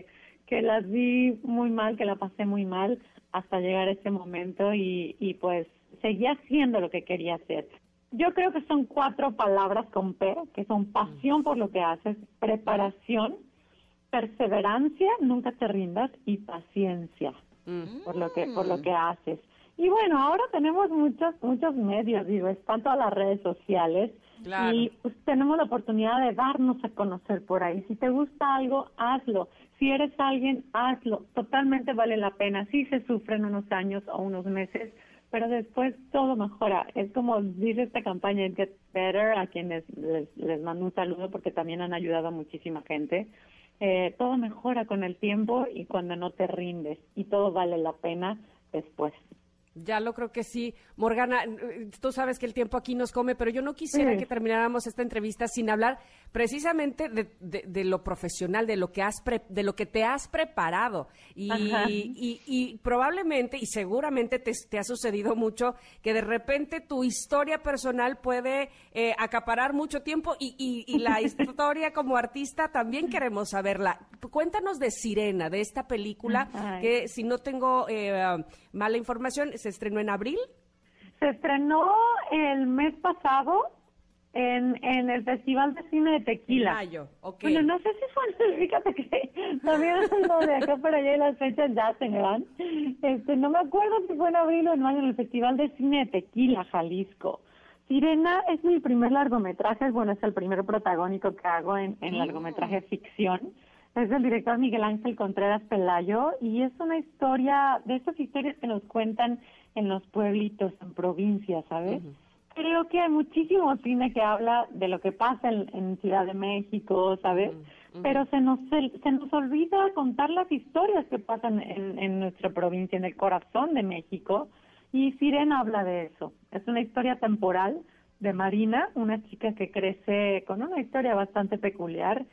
que las vi muy mal, que la pasé muy mal hasta llegar a ese momento y pues seguí haciendo lo que quería hacer. Yo creo que son 4 palabras con P, que son pasión por lo que haces, preparación, perseverancia, nunca te rindas, y paciencia por lo que haces. Y bueno, ahora tenemos muchos medios, están todas las redes sociales, claro. Y pues tenemos la oportunidad de darnos a conocer por ahí. Si te gusta algo, hazlo. Si eres alguien, hazlo. Totalmente vale la pena. Sí se sufren unos años o unos meses, pero después todo mejora. Es como dice esta campaña, It Gets Better, a quienes les mando un saludo porque también han ayudado a muchísima gente. Todo mejora con el tiempo y cuando no te rindes, y todo vale la pena después. Ya lo creo que sí. Morgana, tú sabes que el tiempo aquí nos come, pero yo no quisiera que termináramos esta entrevista sin hablar precisamente de lo profesional, de lo que te has preparado. Y probablemente y seguramente te ha sucedido mucho que de repente tu historia personal puede acaparar mucho tiempo y la historia como artista también queremos saberla. Cuéntanos de Sirena, de esta película que, si no tengo mala información, ¿se estrenó en abril? Se estrenó el mes pasado en el Festival de Cine de Tequila. En mayo, ok. Bueno, no sé si fue, fíjate que también ando de acá para allá y las fechas ya se me van. No me acuerdo si fue en abril o en mayo en el Festival de Cine de Tequila, Jalisco. Sirena es mi primer largometraje, es el primer protagónico que hago en largometraje ficción. Es del director Miguel Ángel Contreras Pelayo y es una historia, de esas historias que nos cuentan en los pueblitos, en provincias, ¿sabes? Uh-huh. Creo que hay muchísimo cine que habla de lo que pasa en Ciudad de México, ¿sabes? Uh-huh. Pero se nos olvida contar las historias que pasan en nuestra provincia, en el corazón de México, y Sirena habla de eso. Es una historia temporal de Marina, una chica que crece con una historia bastante peculiar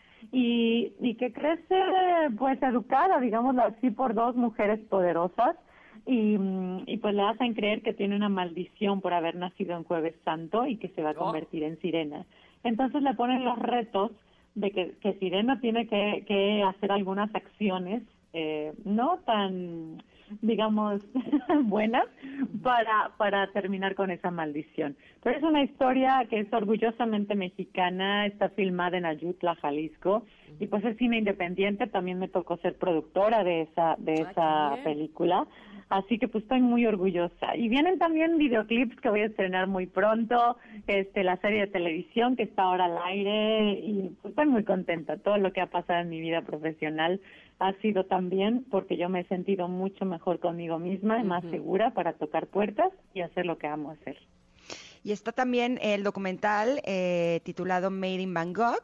y que crece pues educada, digámoslo así, por 2 mujeres poderosas y pues le hacen creer que tiene una maldición por haber nacido en Jueves Santo y que se va a convertir en sirena. Entonces le ponen los retos de que Sirena tiene que hacer algunas acciones no tan, digamos, buenas para terminar con esa maldición. Pero es una historia que es orgullosamente mexicana, está filmada en Ayutla, Jalisco, y pues es cine independiente. También me tocó ser productora de esa película, así que pues estoy muy orgullosa. Y vienen también videoclips que voy a estrenar muy pronto, la serie de televisión que está ahora al aire, y pues estoy muy contenta. Todo lo que ha pasado en mi vida profesional ha sido también porque yo me he sentido mucho mejor conmigo misma y más segura para tocar puertas y hacer lo que amo hacer. Y está también el documental titulado Made in Bangkok,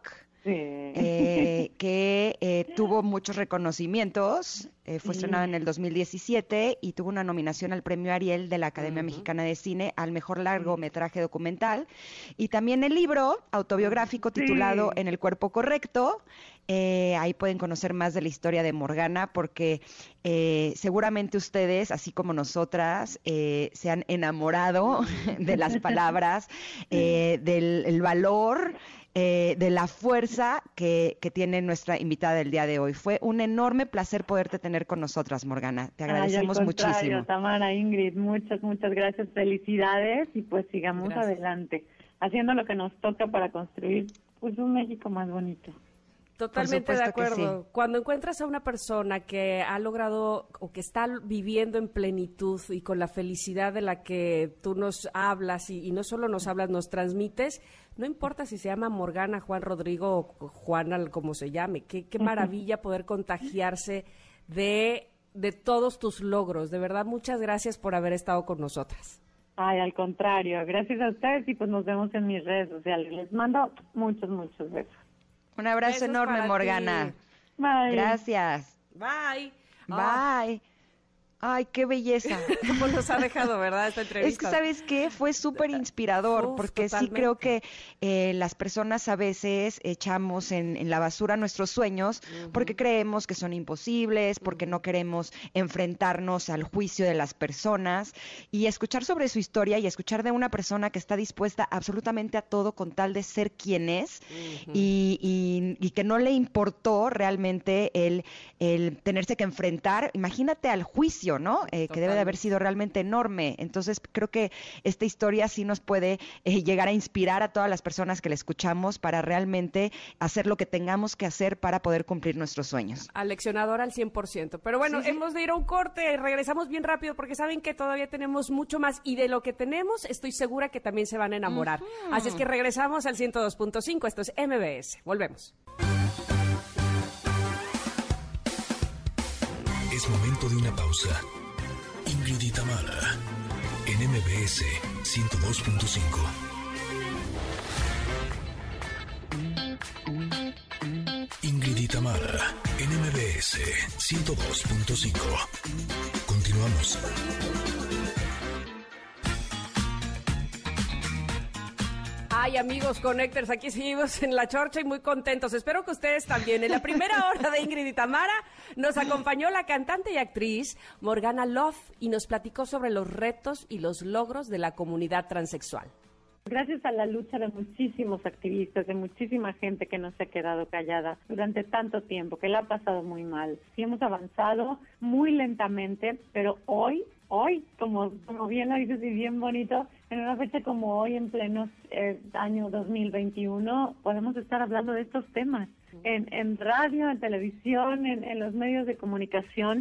que tuvo muchos reconocimientos, fue estrenado en el 2017 y tuvo una nominación al Premio Ariel de la Academia Mexicana de Cine al mejor largometraje documental, y también el libro autobiográfico titulado En el cuerpo correcto. Ahí pueden conocer más de la historia de Morgana, porque seguramente ustedes, así como nosotras, se han enamorado de las palabras, del valor, de la fuerza que tiene nuestra invitada del día de hoy. Fue un enorme placer poderte tener con nosotras, Morgana. Te agradecemos muchísimo. Tamara, Ingrid, muchas gracias. Felicidades y pues sigamos adelante, haciendo lo que nos toca para construir pues un México más bonito. Totalmente de acuerdo. Sí. Cuando encuentras a una persona que ha logrado o que está viviendo en plenitud y con la felicidad de la que tú nos hablas y no solo nos hablas, nos transmites, no importa si se llama Morgana, Juan Rodrigo o Juana, como se llame, qué maravilla poder contagiarse de todos tus logros. De verdad, muchas gracias por haber estado con nosotras. Ay, al contrario, gracias a ustedes y pues nos vemos en mis redes sociales. Les mando muchos besos. Un abrazo enorme, Morgana. Bye. Gracias. Bye. Bye. Ay, qué belleza. ¿Cómo nos ha dejado, verdad, esta entrevista? Es que, ¿sabes qué? Fue súper inspirador, porque totalmente. sí creo que las personas a veces echamos en la basura nuestros sueños porque creemos que son imposibles, porque no queremos enfrentarnos al juicio de las personas, y escuchar sobre su historia y escuchar de una persona que está dispuesta absolutamente a todo con tal de ser quien es y que no le importó realmente el tenerse que enfrentar, imagínate al juicio, ¿no? Que debe de haber sido realmente enorme. Entonces, creo que esta historia sí nos puede llegar a inspirar a todas las personas que la escuchamos para realmente hacer lo que tengamos que hacer para poder cumplir nuestros sueños. Aleccionadora al 100%. Pero bueno, hemos de ir a un corte, regresamos bien rápido porque saben que todavía tenemos mucho más y de lo que tenemos estoy segura que también se van a enamorar. Así es que regresamos al 102.5. Esto es MBS. Volvemos. Es momento de una pausa. Ingrid y Tamara, en MBS 102.5. Ingrid y Tamara, en MBS 102.5. Continuamos. Ay, amigos Connectors, aquí seguimos en La Chorcha y muy contentos. Espero que ustedes también. En la primera hora de Ingrid y Tamara nos acompañó la cantante y actriz Morgana Love y nos platicó sobre los retos y los logros de la comunidad transexual. Gracias a la lucha de muchísimos activistas, de muchísima gente que no se ha quedado callada durante tanto tiempo, que la ha pasado muy mal. Sí hemos avanzado muy lentamente, pero hoy, como bien lo dices y bien bonito, en una fecha como hoy, en pleno año 2021, podemos estar hablando de estos temas en radio, en televisión, en los medios de comunicación.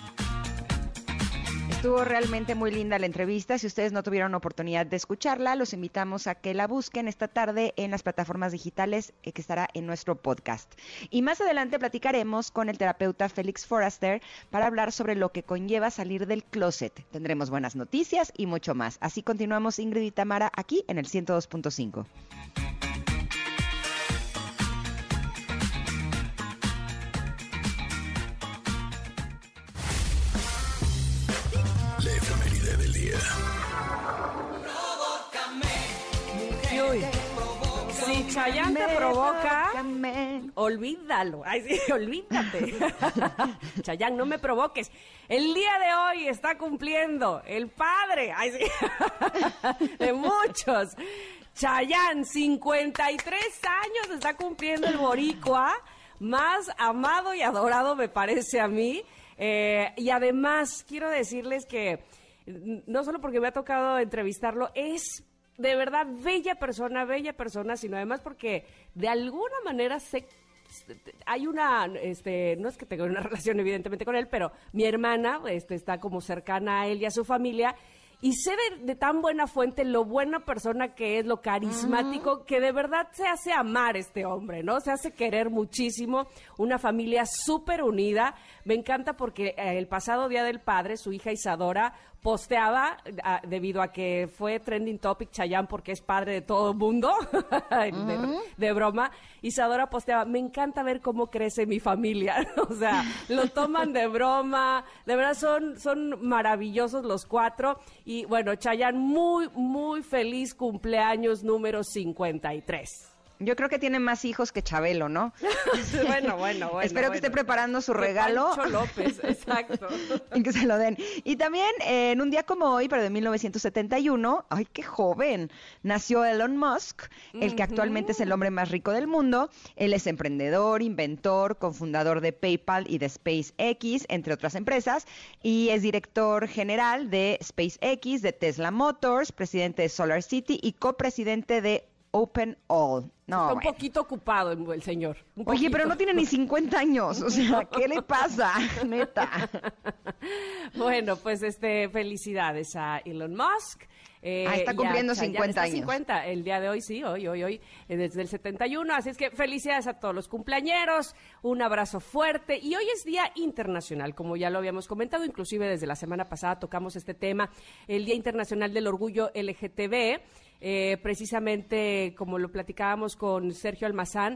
Estuvo realmente muy linda la entrevista. Si ustedes no tuvieron oportunidad de escucharla, los invitamos a que la busquen esta tarde en las plataformas digitales que estará en nuestro podcast. Y más adelante platicaremos con el terapeuta Félix Forrester para hablar sobre lo que conlleva salir del closet. Tendremos buenas noticias y mucho más. Así continuamos Ingrid y Tamara aquí en el 102.5. Si Chayanne te provoca, olvídalo. Ay, sí, olvídate. Chayanne, no me provoques. El día de hoy está cumpliendo el padre, ay, sí, de muchos. Chayanne, 53 años está cumpliendo el boricua más amado y adorado, me parece a mí. Y además, quiero decirles que no solo porque me ha tocado entrevistarlo, es de verdad bella persona, sino además porque de alguna manera hay una, no es que tenga una relación evidentemente con él, pero mi hermana está como cercana a él y a su familia, y sé de tan buena fuente lo buena persona que es, lo carismático, que de verdad se hace amar este hombre, ¿no? Se hace querer muchísimo, una familia súper unida. Me encanta porque el pasado Día del Padre, su hija Isadora posteaba, debido a que fue trending topic Chayanne porque es padre de todo el mundo, de broma, Isadora posteaba, me encanta ver cómo crece mi familia, o sea, lo toman de broma, de verdad son maravillosos los cuatro, y bueno, Chayanne, muy, muy feliz cumpleaños número 53. Yo creo que tiene más hijos que Chabelo, ¿no? Bueno. Espero que esté preparando su regalo. Pancho López, exacto. Y que se lo den. Y también en un día como hoy, pero de 1971, ¡ay, qué joven! Nació Elon Musk, el que actualmente es el hombre más rico del mundo. Él es emprendedor, inventor, cofundador de PayPal y de SpaceX, entre otras empresas. Y es director general de SpaceX, de Tesla Motors, presidente de SolarCity y copresidente de Open All. No, está un poquito ocupado el señor. Oye, pero no tiene ni 50 años. O sea, ¿qué le pasa? Neta. Bueno, pues felicidades a Elon Musk. Está cumpliendo 50 años. 50, el día de hoy, sí, hoy, desde el 71. Así es que felicidades a todos los cumpleañeros, un abrazo fuerte. Y hoy es Día Internacional, como ya lo habíamos comentado, inclusive desde la semana pasada tocamos este tema, el Día Internacional del Orgullo LGTB. Precisamente como lo platicábamos con Sergio Almazán,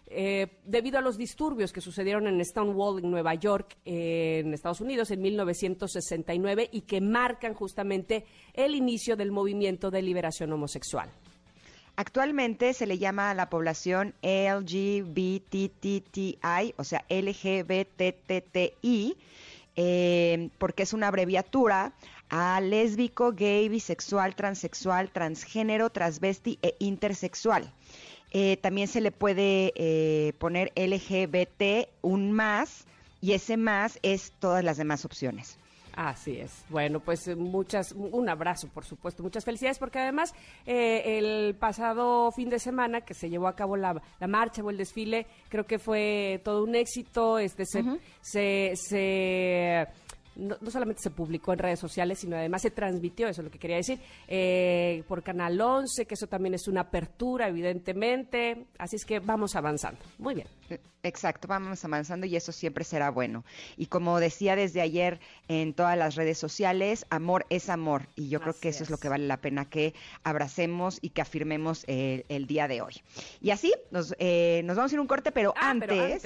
debido a los disturbios que sucedieron en Stonewall, en Nueva York, en Estados Unidos, en 1969, y que marcan justamente el inicio del movimiento de liberación homosexual. Actualmente se le llama a la población LGBTTI, o sea, LGBTTI, porque es una abreviatura a lésbico, gay, bisexual, transexual, transgénero, transvesti e intersexual. También se le puede poner LGBT, un más, y ese más es todas las demás opciones. Así es. Bueno, pues un abrazo, por supuesto, muchas felicidades, porque además el pasado fin de semana que se llevó a cabo la marcha o el desfile, creo que fue todo un éxito. No solamente se publicó en redes sociales, sino además se transmitió, eso es lo que quería decir, por Canal 11, que eso también es una apertura, evidentemente. Así es que vamos avanzando. Muy bien. Exacto, vamos avanzando y eso siempre será bueno. Y como decía desde ayer en todas las redes sociales, amor es amor. Y yo creo que eso es lo que vale la pena que abracemos y que afirmemos el día de hoy. Y así nos vamos a ir a un corte, pero antes,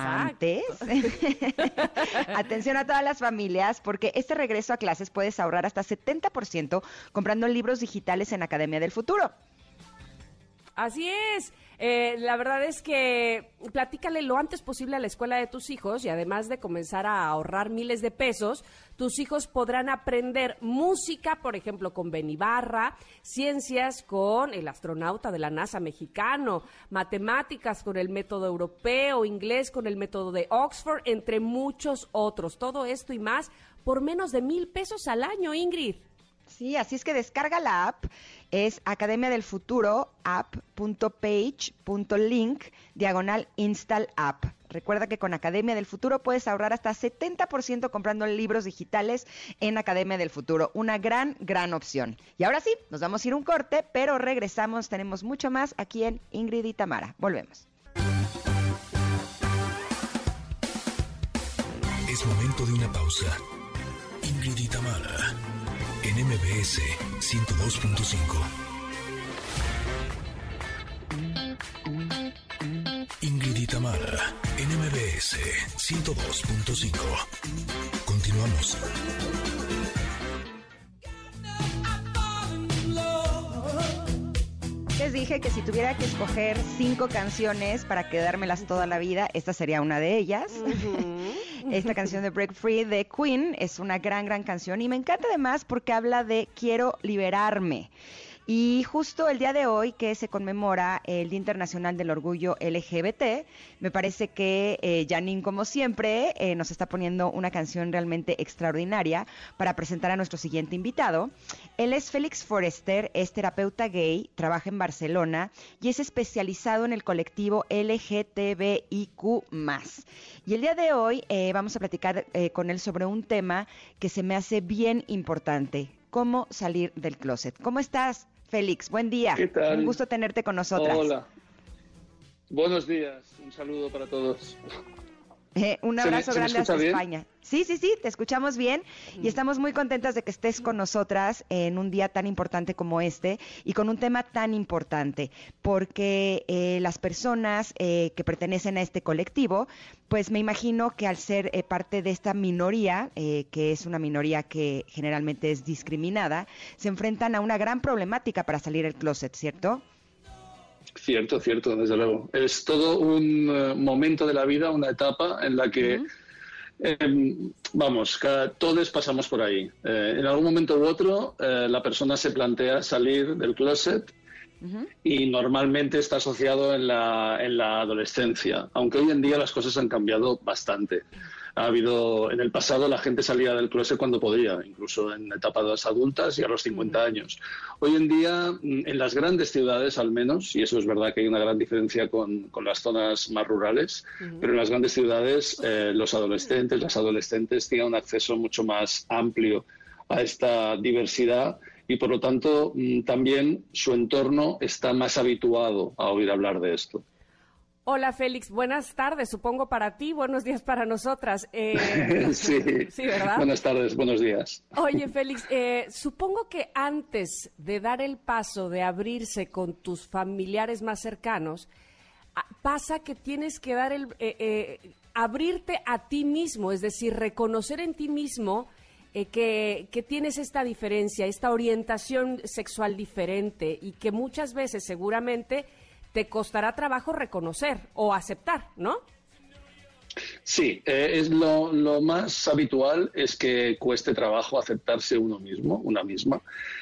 atención a todas las familias, porque este regreso a clases puedes ahorrar hasta 70% comprando libros digitales en Academia del Futuro. Así es. La verdad es que platícale lo antes posible a la escuela de tus hijos, y además de comenzar a ahorrar miles de pesos, tus hijos podrán aprender música, por ejemplo, con Ben Ibarra, ciencias con el astronauta de la NASA mexicano, matemáticas con el método europeo, inglés con el método de Oxford, entre muchos otros. Todo esto y más por menos de 1,000 pesos al año, Ingrid. Sí, así es que descarga la app, es Academia del Futuro, app.page.link/install app. Recuerda que con Academia del Futuro puedes ahorrar hasta 70% comprando libros digitales en Academia del Futuro. Una gran opción. Y ahora sí, nos vamos a ir a un corte, pero regresamos, tenemos mucho más aquí en Ingrid y Tamara. Volvemos. Es momento de una pausa. Ingrid y Tamara en MBS 102.5. Ingrid y Tamara en MBS 102.5. Continuamos. Les dije que si tuviera que escoger 5 canciones para quedármelas toda la vida, esta sería una de ellas. Esta canción de Break Free de Queen es una gran canción y me encanta además porque habla de quiero liberarme. Y justo el día de hoy que se conmemora el Día Internacional del Orgullo LGBT, me parece que Janine, como siempre, nos está poniendo una canción realmente extraordinaria para presentar a nuestro siguiente invitado. Él es Félix Forester, es terapeuta gay, trabaja en Barcelona y es especializado en el colectivo LGTBIQ+. Y el día de hoy vamos a platicar con él sobre un tema que se me hace bien importante: cómo salir del closet. ¿Cómo estás, Félix? Buen día. ¿Qué tal? Un gusto tenerte con nosotras. Hola. Buenos días. Un saludo para todos. Un abrazo grande hasta bien? España. Sí, te escuchamos bien y estamos muy contentas de que estés con nosotras en un día tan importante como este y con un tema tan importante, porque las personas que pertenecen a este colectivo, pues me imagino que al ser parte de esta minoría, que es una minoría que generalmente es discriminada, se enfrentan a una gran problemática para salir del closet, ¿cierto? Cierto, desde luego. Es todo un momento de la vida, una etapa en la que, todos pasamos por ahí. En algún momento u otro, la persona se plantea salir del closet y normalmente está asociado en la adolescencia, aunque hoy en día las cosas han cambiado bastante. En el pasado la gente salía del closet cuando podía, incluso en etapas adultas y a los 50 años. Hoy en día, en las grandes ciudades al menos, y eso es verdad que hay una gran diferencia con las zonas más rurales, pero en las grandes ciudades las adolescentes tienen un acceso mucho más amplio a esta diversidad y por lo tanto también su entorno está más habituado a oír hablar de esto. Hola, Félix. Buenas tardes, supongo para ti. Buenos días para nosotras. Sí, ¿verdad? Buenas tardes, buenos días. Oye, Félix, supongo que antes de dar el paso de abrirse con tus familiares más cercanos, pasa que tienes que dar abrirte a ti mismo, es decir, reconocer en ti mismo que tienes esta diferencia, esta orientación sexual diferente y que muchas veces seguramente te costará trabajo reconocer o aceptar, ¿no? Sí, es lo más habitual es que cueste trabajo aceptarse uno mismo, una misma.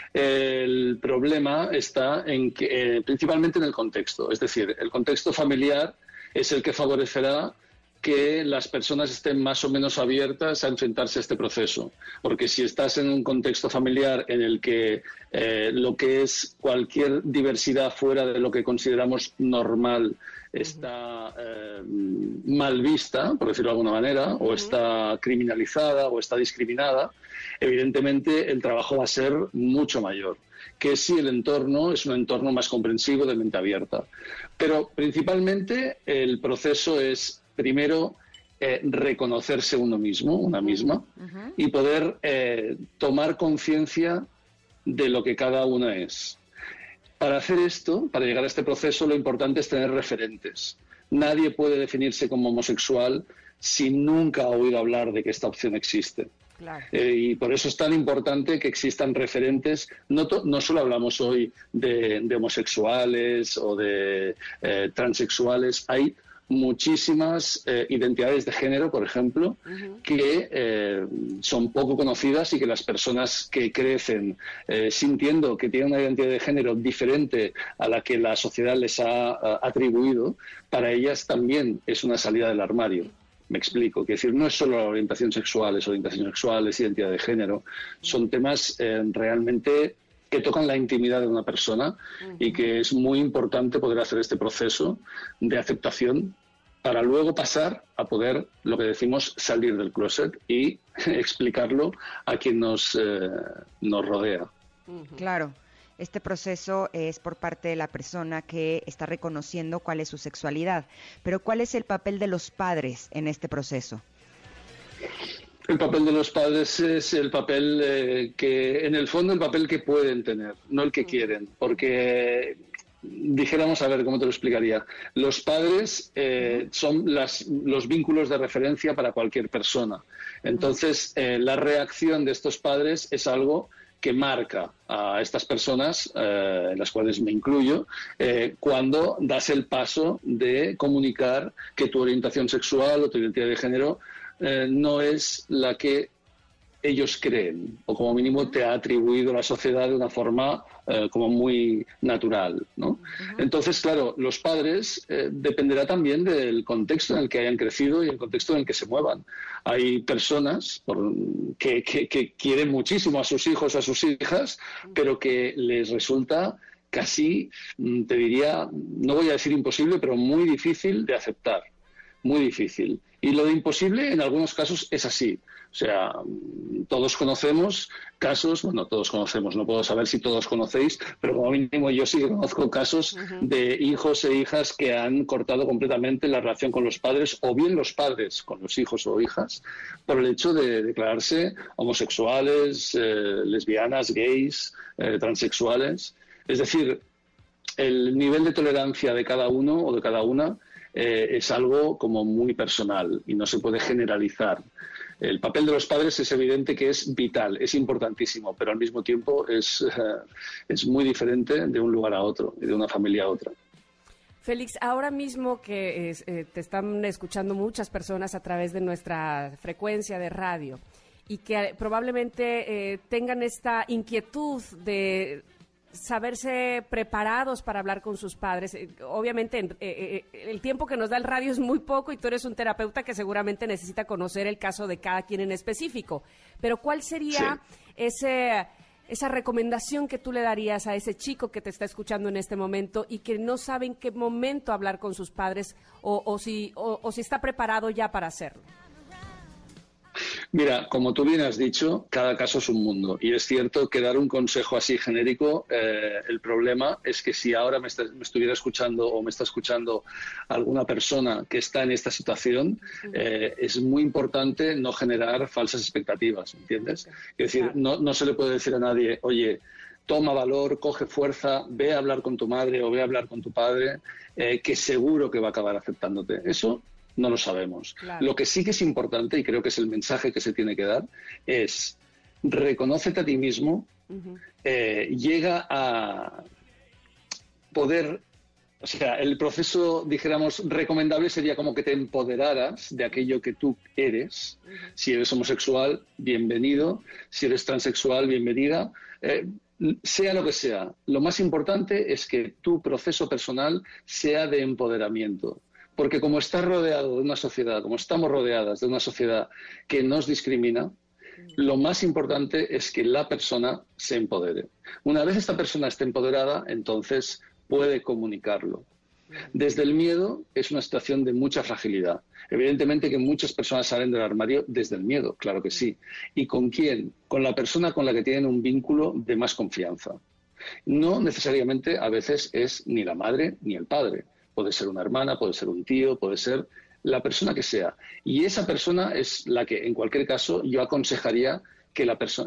El problema está en que, principalmente en el contexto, es decir, el contexto familiar es el que favorecerá que las personas estén más o menos abiertas a enfrentarse a este proceso. Porque si estás en un contexto familiar en el que lo que es cualquier diversidad fuera de lo que consideramos normal está mal vista, por decirlo de alguna manera, o está criminalizada o está discriminada, evidentemente el trabajo va a ser mucho mayor que si el entorno es un entorno más comprensivo, de mente abierta. Pero principalmente el proceso es, primero, reconocerse uno mismo, una misma, y poder tomar conciencia de lo que cada una es. Para hacer esto, para llegar a este proceso, lo importante es tener referentes. Nadie puede definirse como homosexual si nunca ha oído hablar de que esta opción existe. Claro. Y por eso es tan importante que existan referentes. No solo hablamos hoy de homosexuales o de transexuales. Hay muchísimas identidades de género, por ejemplo, que son poco conocidas y que las personas que crecen sintiendo que tienen una identidad de género diferente a la que la sociedad les ha atribuido, para ellas también es una salida del armario. Me explico, que decir, no es solo la orientación sexual, es identidad de género, son temas realmente que tocan la intimidad de una persona y que es muy importante poder hacer este proceso de aceptación para luego pasar a poder, lo que decimos, salir del closet y explicarlo a quien nos rodea. Claro. Este proceso es por parte de la persona que está reconociendo cuál es su sexualidad. Pero ¿cuál es el papel de los padres en este proceso? El papel de los padres es el papel que, en el fondo, el papel que pueden tener, no el que quieren. Porque, dijéramos, a ver, ¿cómo te lo explicaría? Los padres son los vínculos de referencia para cualquier persona. Entonces, la reacción de estos padres es algo que marca a estas personas, en las cuales me incluyo, cuando das el paso de comunicar que tu orientación sexual o tu identidad de género no es la que ellos creen, o como mínimo te ha atribuido la sociedad de una forma como muy natural, ¿no? Entonces, claro, los padres dependerá también del contexto en el que hayan crecido y el contexto en el que se muevan. Hay personas que quieren muchísimo a sus hijos, a sus hijas, pero que les resulta casi, te diría, no voy a decir imposible, pero muy difícil de aceptar, muy difícil. Y lo de imposible en algunos casos es así. O sea, todos conocemos casos, bueno, todos conocemos, no puedo saber si todos conocéis, pero como mínimo yo sí que conozco casos de hijos e hijas que han cortado completamente la relación con los padres, o bien los padres con los hijos o hijas, por el hecho de declararse homosexuales, lesbianas, gays, transexuales. Es decir, el nivel de tolerancia de cada uno o de cada una es algo como muy personal y no se puede generalizar. El papel de los padres es evidente que es vital, es importantísimo, pero al mismo tiempo es muy diferente de un lugar a otro y de una familia a otra. Félix, ahora mismo que te están escuchando muchas personas a través de nuestra frecuencia de radio y que probablemente tengan esta inquietud de saberse preparados para hablar con sus padres. Obviamente el tiempo que nos da el radio es muy poco y tú eres un terapeuta que seguramente necesita conocer el caso de cada quien en específico. Pero ¿cuál sería esa recomendación que tú le darías a ese chico que te está escuchando en este momento y que no sabe en qué momento hablar con sus padres o si está preparado ya para hacerlo? Mira, como tú bien has dicho, cada caso es un mundo. Y es cierto que dar un consejo así genérico, el problema es que si ahora me estuviera escuchando o me está escuchando alguna persona que está en esta situación, es muy importante no generar falsas expectativas, ¿entiendes? Es decir, no se le puede decir a nadie, oye, toma valor, coge fuerza, ve a hablar con tu madre o ve a hablar con tu padre, que seguro que va a acabar aceptándote. Eso no lo sabemos. Claro. Lo que sí que es importante, y creo que es el mensaje que se tiene que dar, es reconócete a ti mismo, llega a poder... O sea, el proceso, dijéramos, recomendable sería como que te empoderaras de aquello que tú eres. Si eres homosexual, bienvenido. Si eres transexual, bienvenida. Sea lo que sea, lo más importante es que tu proceso personal sea de empoderamiento. Porque como estás rodeado de una sociedad, como estamos rodeadas de una sociedad que nos discrimina, lo más importante es que la persona se empodere. Una vez esta persona esté empoderada, entonces puede comunicarlo. Desde el miedo es una situación de mucha fragilidad. Evidentemente que muchas personas salen del armario desde el miedo, claro que sí. ¿Y con quién? Con la persona con la que tienen un vínculo de más confianza. No necesariamente a veces es ni la madre ni el padre. Puede ser una hermana, puede ser un tío, puede ser la persona que sea. Y esa persona es la que, en cualquier caso, yo aconsejaría que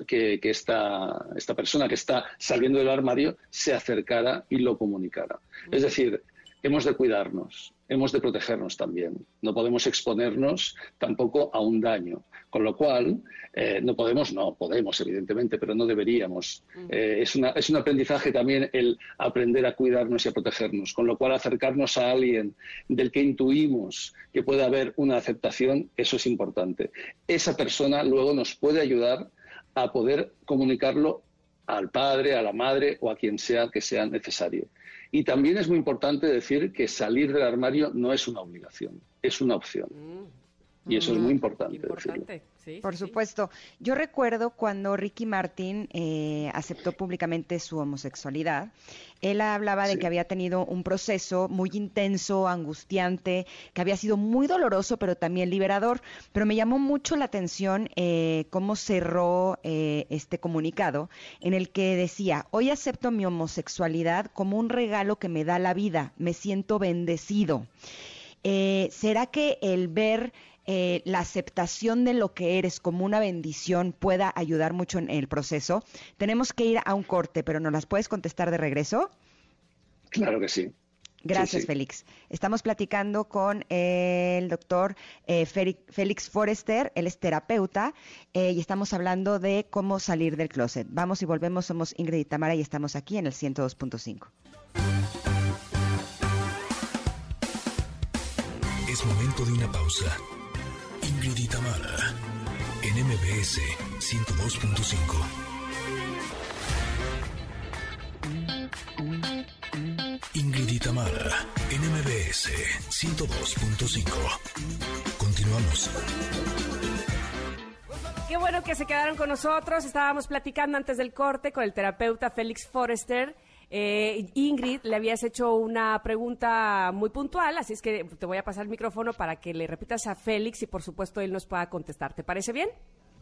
esta persona que está saliendo del armario se acercara y lo comunicara. Es decir, hemos de cuidarnos, hemos de protegernos también. No podemos exponernos tampoco a un daño. Con lo cual, podemos evidentemente, pero no deberíamos. Es un aprendizaje también el aprender a cuidarnos y a protegernos. Con lo cual, acercarnos a alguien del que intuimos que puede haber una aceptación, eso es importante. Esa persona luego nos puede ayudar a poder comunicarlo al padre, a la madre o a quien sea que sea necesario. Y también es muy importante decir que salir del armario no es una obligación, es una opción. Y eso es muy importante decirlo. Sí, Por sí, supuesto. Yo recuerdo cuando Ricky Martin aceptó públicamente su homosexualidad. Él hablaba de que había tenido un proceso muy intenso, angustiante, que había sido muy doloroso, pero también liberador. Pero me llamó mucho la atención cómo cerró este comunicado, en el que decía: hoy acepto mi homosexualidad como un regalo que me da la vida. Me siento bendecido. ¿Será que el ver la aceptación de lo que eres como una bendición pueda ayudar mucho en el proceso? Tenemos que ir a un corte, pero ¿nos las puedes contestar de regreso? Claro que sí. Gracias, Sí. Félix. Estamos platicando con el doctor Félix Forrester, él es terapeuta, y estamos hablando de cómo salir del closet. Vamos y volvemos, somos Ingrid y Tamara y estamos aquí en el 102.5. Es momento de una pausa. Ingrid y Tamara, en MBS 102.5. Ingrid y Tamara, en MBS 102.5. Continuamos. Qué bueno que se quedaron con nosotros. Estábamos platicando antes del corte con el terapeuta Félix Forrester. Ingrid, le habías hecho una pregunta muy puntual, así es que te voy a pasar el micrófono para que le repitas a Félix y por supuesto él nos pueda contestar. ¿Te parece bien?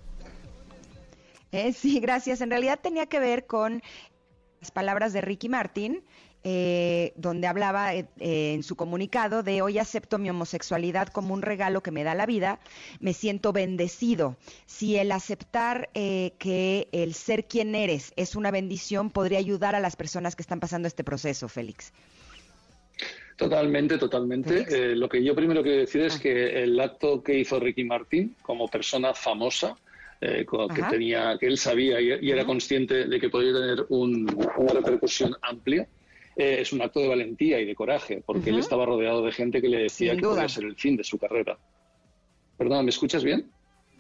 Sí, gracias. En realidad tenía que ver con las palabras de Ricky Martin, donde hablaba en su comunicado de: hoy acepto mi homosexualidad como un regalo que me da la vida, me siento bendecido. Si el aceptar que el ser quien eres es una bendición, podría ayudar a las personas que están pasando este proceso, Félix. Totalmente. Lo que yo primero quiero decir es que el acto que hizo Ricky Martin como persona famosa, que él sabía y era consciente de que podía tener una repercusión amplia, es un acto de valentía y de coraje, porque él estaba rodeado de gente que le decía que podía ser el fin de su carrera. Perdona, ¿me escuchas bien?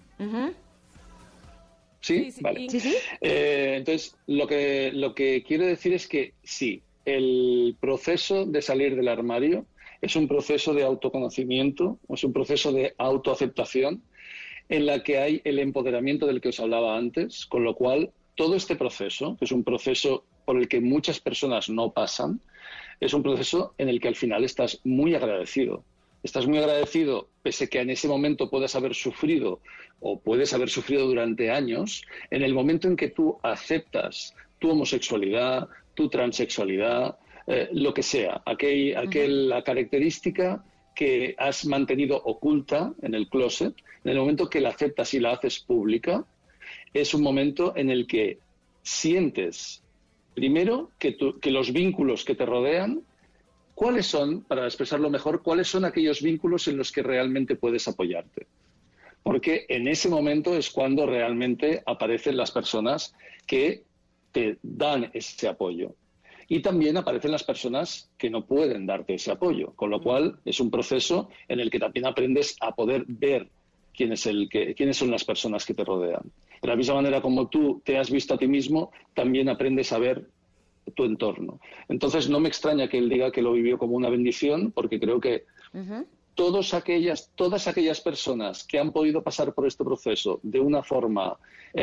¿Sí? Vale. Sí. Entonces, lo que quiero decir es que sí, el proceso de salir del armario es un proceso de autoconocimiento, es un proceso de autoaceptación, en la que hay el empoderamiento del que os hablaba antes, con lo cual todo este proceso, que es un proceso por el que muchas personas no pasan, es un proceso en el que al final estás muy agradecido. Estás muy agradecido, pese que en ese momento puedas haber sufrido o puedes haber sufrido durante años, en el momento en que tú aceptas tu homosexualidad, tu transexualidad, lo que sea, aquella característica que has mantenido oculta en el closet, en el momento que la aceptas y la haces pública, es un momento en el que sientes Primero, que los vínculos que te rodean, ¿cuáles son, para expresarlo mejor, cuáles son aquellos vínculos en los que realmente puedes apoyarte? Porque en ese momento es cuando realmente aparecen las personas que te dan ese apoyo. Y también aparecen las personas que no pueden darte ese apoyo, con lo cual es un proceso en el que también aprendes a poder ver quiénes son las personas que te rodean. De la misma manera como tú te has visto a ti mismo, también aprendes a ver tu entorno. Entonces no me extraña que él diga que lo vivió como una bendición, porque creo que todas aquellas personas que han podido pasar por este proceso de una forma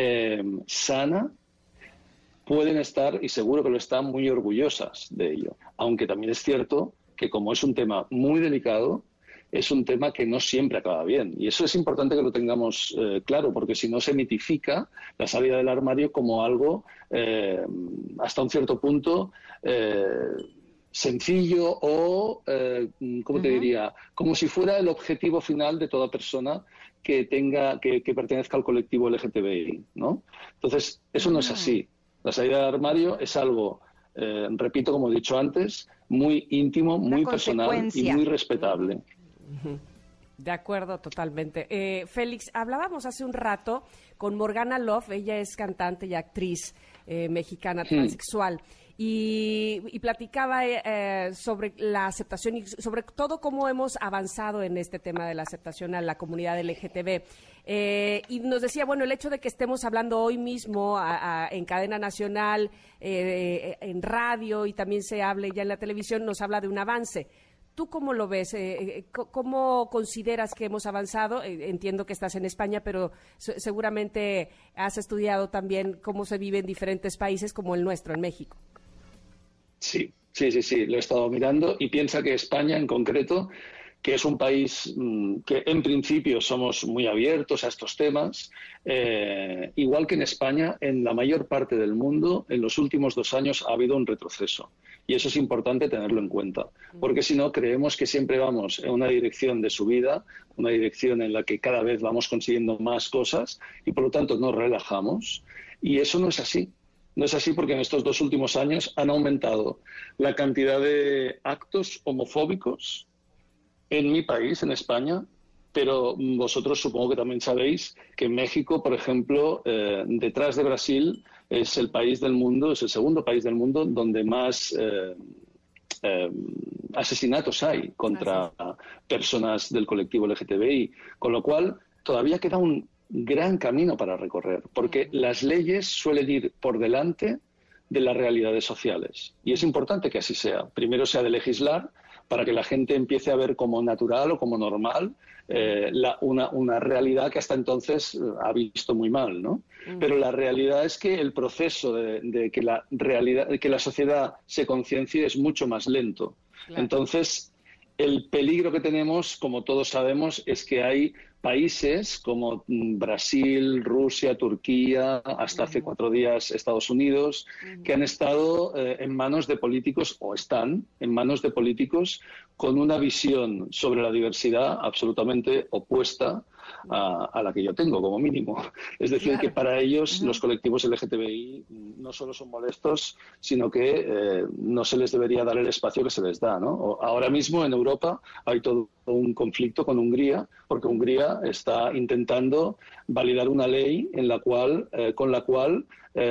sana, pueden estar, y seguro que lo están, muy orgullosas de ello. Aunque también es cierto que como es un tema muy delicado, es un tema que no siempre acaba bien. Y eso es importante que lo tengamos claro, porque si no se mitifica la salida del armario como algo, hasta un cierto punto, sencillo o, ¿cómo te diría? Como si fuera el objetivo final de toda persona que pertenezca al colectivo LGTBI, ¿no? Entonces, eso no es así. La salida del armario es algo, repito, como he dicho antes, muy íntimo, muy personal y muy respetable. De acuerdo, totalmente. Félix, hablábamos hace un rato con Morgana Love, ella es cantante y actriz mexicana transexual, y platicaba sobre la aceptación y sobre todo cómo hemos avanzado en este tema de la aceptación a la comunidad LGTB. Y nos decía, bueno, el hecho de que estemos hablando hoy mismo en cadena nacional, en radio, y también se hable ya en la televisión, nos habla de un avance. ¿Tú cómo lo ves? ¿Cómo consideras que hemos avanzado? Entiendo que estás en España, pero seguramente has estudiado también cómo se vive en diferentes países como el nuestro, en México. Sí, lo he estado mirando y piensa que España en concreto, que es un país que en principio somos muy abiertos a estos temas, igual que en España, en la mayor parte del mundo, en los últimos 2 años ha habido un retroceso. Y eso es importante tenerlo en cuenta, porque si no, creemos que siempre vamos en una dirección de subida, una dirección en la que cada vez vamos consiguiendo más cosas y por lo tanto nos relajamos. Y eso no es así. No es así porque en estos 2 últimos años han aumentado la cantidad de actos homofóbicos en mi país, en España, pero vosotros supongo que también sabéis que en México, por ejemplo, detrás de Brasil, es el país del mundo, es el segundo país del mundo donde más asesinatos hay contra personas del colectivo LGTBI, con lo cual todavía queda un gran camino para recorrer, porque las leyes suelen ir por delante de las realidades sociales. Y es importante que así sea. Primero se ha de legislar para que la gente empiece a ver como natural o como normal una realidad que hasta entonces ha visto muy mal, ¿no? Pero la realidad es que el proceso de que la sociedad se conciencie es mucho más lento. Claro. Entonces, el peligro que tenemos, como todos sabemos, es que hay países como Brasil, Rusia, Turquía, hasta hace 4 días Estados Unidos, que han estado en manos de políticos, o están en manos de políticos con una visión sobre la diversidad absolutamente opuesta a la que yo tengo, como mínimo. Es decir, que para ellos los colectivos LGTBI no solo son molestos, sino que no se les debería dar el espacio que se les da, ¿no? Ahora mismo en Europa hay todo un conflicto con Hungría, porque Hungría está intentando validar una ley con la cual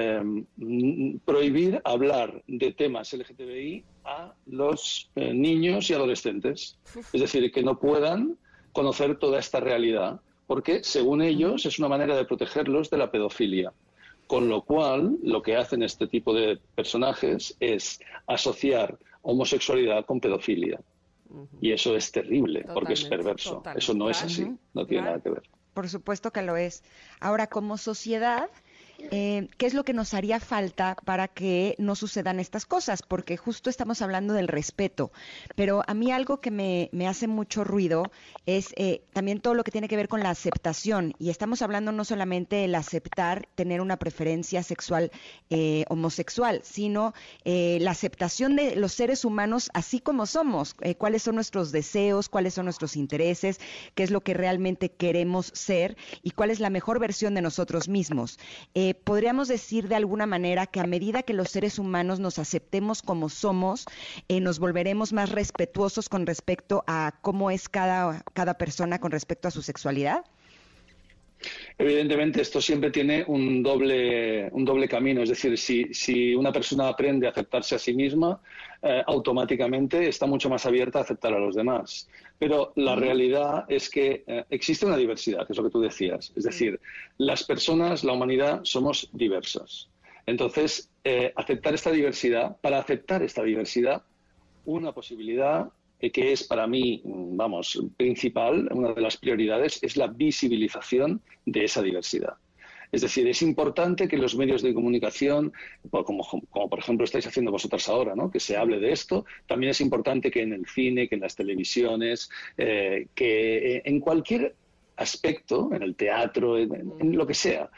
prohibir hablar de temas LGTBI a los niños y adolescentes. Es decir, que no puedan conocer toda esta realidad, porque según ellos es una manera de protegerlos de la pedofilia. Con lo cual, lo que hacen este tipo de personajes es asociar homosexualidad con pedofilia. Y eso es terrible, porque es perverso. Eso no es así, no tiene nada que ver. Por supuesto que lo es. Ahora, como sociedad, ¿qué es lo que nos haría falta para que no sucedan estas cosas? Porque justo estamos hablando del respeto, pero a mí algo que me hace mucho ruido es también todo lo que tiene que ver con la aceptación, y estamos hablando no solamente el aceptar tener una preferencia sexual homosexual, sino la aceptación de los seres humanos así como somos, cuáles son nuestros deseos, cuáles son nuestros intereses, qué es lo que realmente queremos ser y cuál es la mejor versión de nosotros mismos. podríamos decir de alguna manera que a medida que los seres humanos nos aceptemos como somos, nos volveremos más respetuosos con respecto a cómo es cada persona con respecto a su sexualidad. Evidentemente esto siempre tiene un doble camino, es decir, si una persona aprende a aceptarse a sí misma, automáticamente está mucho más abierta a aceptar a los demás. Pero la realidad es que existe una diversidad, que es lo que tú decías, es decir, las personas, la humanidad, somos diversas. Entonces, aceptar esta diversidad, para aceptar esta diversidad, una posibilidad que es para mí, principal, una de las prioridades, es la visibilización de esa diversidad. Es decir, es importante que los medios de comunicación, como por ejemplo estáis haciendo vosotras ahora, ¿no?, que se hable de esto. También es importante que en el cine, que en las televisiones, que en cualquier aspecto, en el teatro, en lo que sea,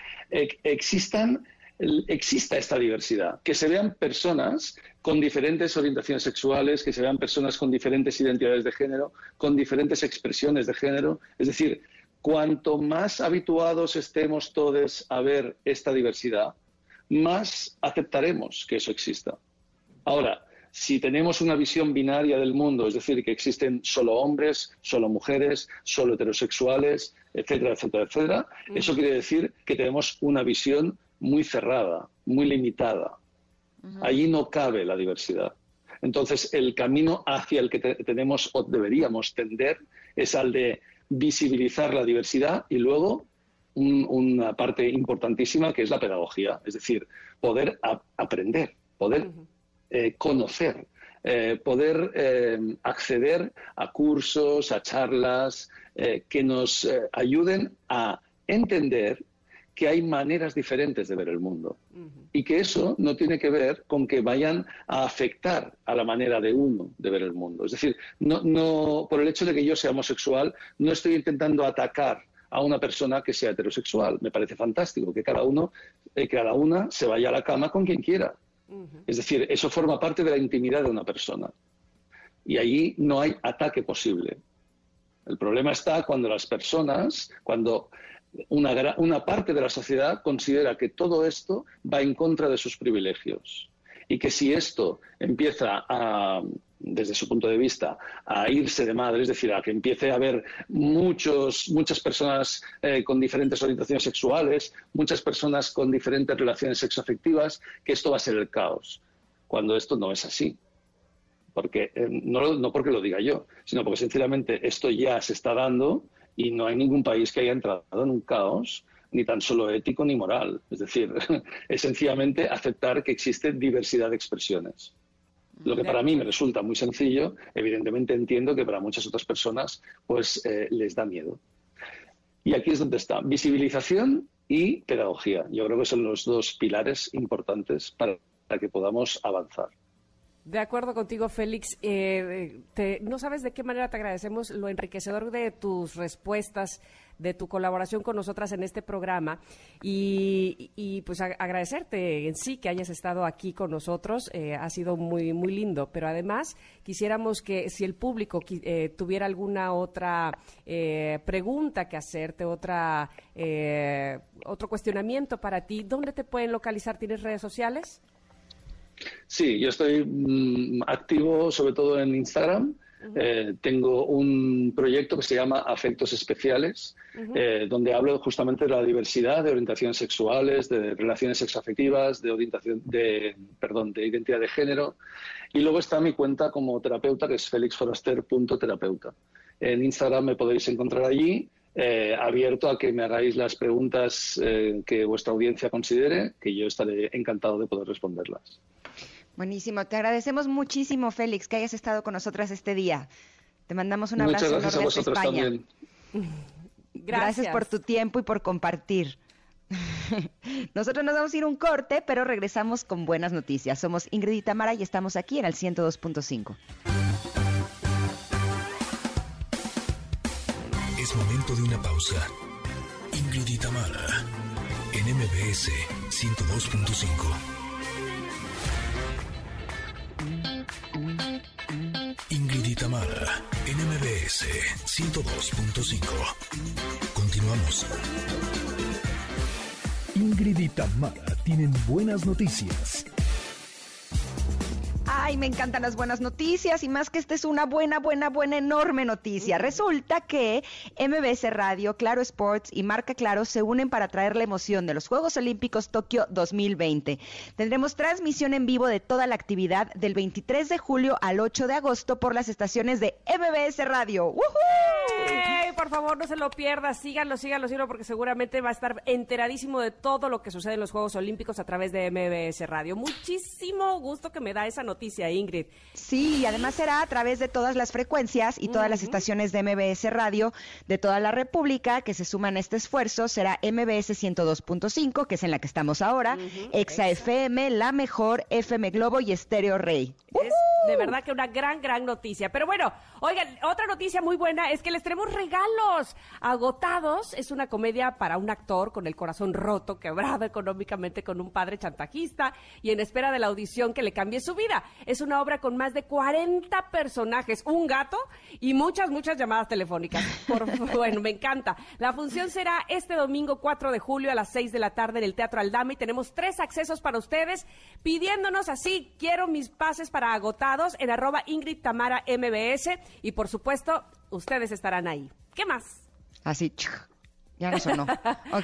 exista esta diversidad, que se vean personas con diferentes orientaciones sexuales, que se vean personas con diferentes identidades de género, con diferentes expresiones de género. Es decir, cuanto más habituados estemos todos a ver esta diversidad, más aceptaremos que eso exista. Ahora, si tenemos una visión binaria del mundo, es decir, que existen solo hombres, solo mujeres, solo heterosexuales, etcétera, etcétera, etcétera, eso quiere decir que tenemos una visión muy cerrada, muy limitada. Allí no cabe la diversidad. Entonces, el camino hacia el que tenemos o deberíamos tender es al de visibilizar la diversidad y luego una parte importantísima que es la pedagogía, es decir, poder aprender, poder conocer, poder acceder a cursos, a charlas que nos ayuden a entender que hay maneras diferentes de ver el mundo y que eso no tiene que ver con que vayan a afectar a la manera de uno de ver el mundo. Es decir, no por el hecho de que yo sea homosexual, no estoy intentando atacar a una persona que sea heterosexual. Me parece fantástico que cada una se vaya a la cama con quien quiera. Es decir, eso forma parte de la intimidad de una persona. Y allí no hay ataque posible. El problema está cuando las personas, cuando una parte de la sociedad considera que todo esto va en contra de sus privilegios y que si esto empieza desde su punto de vista, a irse de madre, es decir, a que empiece a haber muchas personas con diferentes orientaciones sexuales, muchas personas con diferentes relaciones sexoafectivas, que esto va a ser el caos, cuando esto no es así. Porque, no porque lo diga yo, sino porque sinceramente esto ya se está dando y no hay ningún país que haya entrado en un caos, ni tan solo ético ni moral. Es decir, es sencillamente aceptar que existe diversidad de expresiones. Lo que para mí me resulta muy sencillo, evidentemente entiendo que para muchas otras personas pues les da miedo. Y aquí es donde está, visibilización y pedagogía. Yo creo que son los dos pilares importantes para que podamos avanzar. De acuerdo contigo, Félix. No sabes de qué manera te agradecemos lo enriquecedor de tus respuestas, de tu colaboración con nosotras en este programa y pues agradecerte en sí que hayas estado aquí con nosotros. Ha sido muy, muy lindo, pero además quisiéramos que si el público tuviera alguna otra pregunta que hacerte, otro cuestionamiento para ti, ¿dónde te pueden localizar? ¿Tienes redes sociales? Sí, yo estoy activo sobre todo en Instagram. Tengo un proyecto que se llama Afectos Especiales, donde hablo justamente de la diversidad de orientaciones sexuales, de relaciones sexoafectivas, de identidad de género. Y luego está mi cuenta como terapeuta, que es felixforaster.terapeuta. En Instagram me podéis encontrar allí, abierto a que me hagáis las preguntas que vuestra audiencia considere, que yo estaré encantado de poder responderlas. Buenísimo, te agradecemos muchísimo, Félix, que hayas estado con nosotras este día. Te mandamos un abrazo enorme desde España. Muchas gracias a vosotros también. Gracias por tu tiempo y por compartir. Nosotros nos vamos a ir un corte, pero regresamos con buenas noticias. Somos Ingrid y Tamara y estamos aquí en el 102.5. Es momento de una pausa. Ingrid y Tamara en MBS 102.5. Ingrid y Tamara en MBS 102.5. Continuamos. Ingrid y Tamara tienen buenas noticias. Ay, me encantan las buenas noticias y más que esta es una buena, enorme noticia. Resulta que MBS Radio, Claro Sports y Marca Claro se unen para traer la emoción de los Juegos Olímpicos Tokio 2020. Tendremos transmisión en vivo de toda la actividad del 23 de julio al 8 de agosto por las estaciones de MBS Radio. ¡Woohoo! ¡Hey! Por favor, no se lo pierda, síganlo, porque seguramente va a estar enteradísimo de todo lo que sucede en los Juegos Olímpicos a través de MBS Radio. Muchísimo gusto que me da esa noticia, Ingrid. Sí, y además será a través de todas las frecuencias y todas las estaciones de MBS Radio de toda la República que se suman a este esfuerzo. Será MBS 102.5, que es en la que estamos ahora, Exa FM, La Mejor, FM Globo y Estéreo Rey. Es de verdad que una gran noticia. Pero bueno, oigan, otra noticia muy buena es que les tenemos regalos. Agotados es una comedia para un actor con el corazón roto, quebrado económicamente con un padre chantajista y en espera de la audición que le cambie su vida. Es una obra con más de 40 personajes, un gato y muchas llamadas telefónicas. Bueno, me encanta. La función será este domingo 4 de julio a las 6 de la tarde en el Teatro Aldama y tenemos 3 accesos para ustedes pidiéndonos así, quiero mis pases para Agotados en @Ingrid Tamara MBS y por supuesto, ustedes estarán ahí. ¿Qué más? Así, ya no sonó. Ok.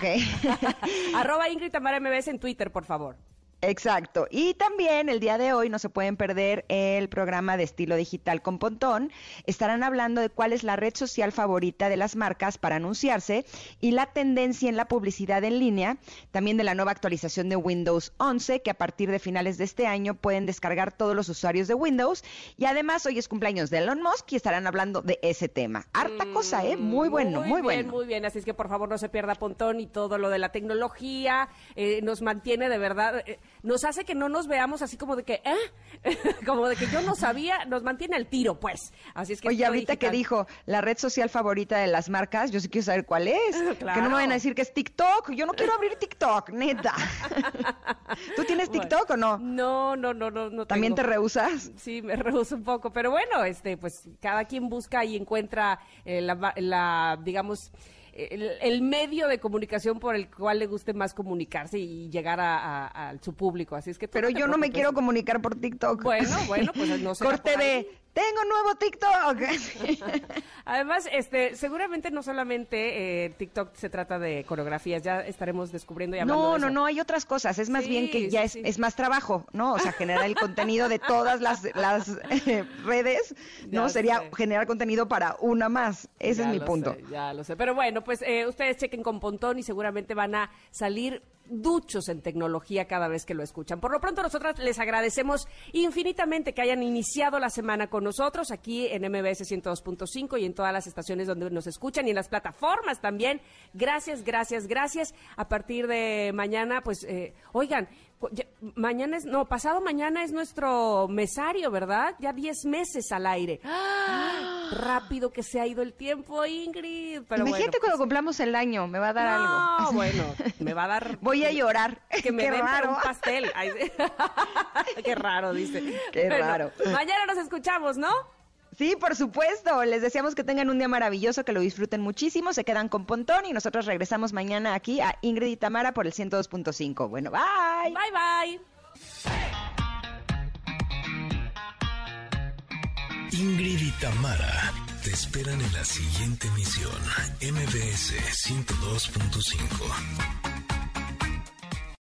@Ingrid Tamara MBS en Twitter, por favor. Exacto. Y también el día de hoy no se pueden perder el programa de Estilo Digital con Pontón. Estarán hablando de cuál es la red social favorita de las marcas para anunciarse y la tendencia en la publicidad en línea. También de la nueva actualización de Windows 11, que a partir de finales de este año pueden descargar todos los usuarios de Windows. Y además hoy es cumpleaños de Elon Musk y estarán hablando de ese tema. Harta cosa, ¿eh? Muy bueno, muy bueno. Muy bien. Así es que por favor no se pierda Pontón y todo lo de la tecnología. Nos mantiene de verdad... nos hace que no nos veamos así como de que, como de que yo no sabía, nos mantiene al tiro, pues. Así es que oye, ahorita digital. Que dijo la red social favorita de las marcas, yo sí quiero saber cuál es. Claro. Que no me vayan a decir que es TikTok. Yo no quiero abrir TikTok, neta. ¿Tú tienes TikTok o no? No. ¿También te rehusas? Sí, me rehuso un poco, pero bueno, pues cada quien busca y encuentra digamos... El medio de comunicación por el cual le guste más comunicarse y llegar a su público, así es que... Pero yo no me quiero comunicar por TikTok. Bueno, pues no sé. Corte de... ¡Tengo nuevo TikTok! Además, seguramente no solamente TikTok se trata de coreografías, ya estaremos descubriendo y hablando de eso. No, hay otras cosas, es más bien que ya es más trabajo, ¿no? O sea, generar el contenido de todas las redes, ¿no? Sería generar contenido para una más, ese es mi punto. Ya lo sé, pero bueno, pues ustedes chequen con Pontón y seguramente van a salir duchos en tecnología cada vez que lo escuchan. Por lo pronto, nosotras les agradecemos infinitamente que hayan iniciado la semana con nosotros aquí en MBS 102.5 y en todas las estaciones donde nos escuchan y en las plataformas también. Gracias. A partir de mañana, pues, oigan, pasado mañana es nuestro mesario, ¿verdad? Ya 10 meses al aire. ¡Ah! Rápido que se ha ido el tiempo, Ingrid. Pero imagínate cuando cumplamos el año, me va a dar algo. No, bueno, me va a dar... Voy a llorar. Que me den un pastel. Ay, qué raro, dice. Qué raro. Mañana nos escuchamos, ¿no? Sí, por supuesto. Les deseamos que tengan un día maravilloso, que lo disfruten muchísimo. Se quedan con Pontón y nosotros regresamos mañana aquí a Ingrid y Tamara por el 102.5. Bueno, bye. Bye. Ingrid y Tamara te esperan en la siguiente emisión, MBS 102.5.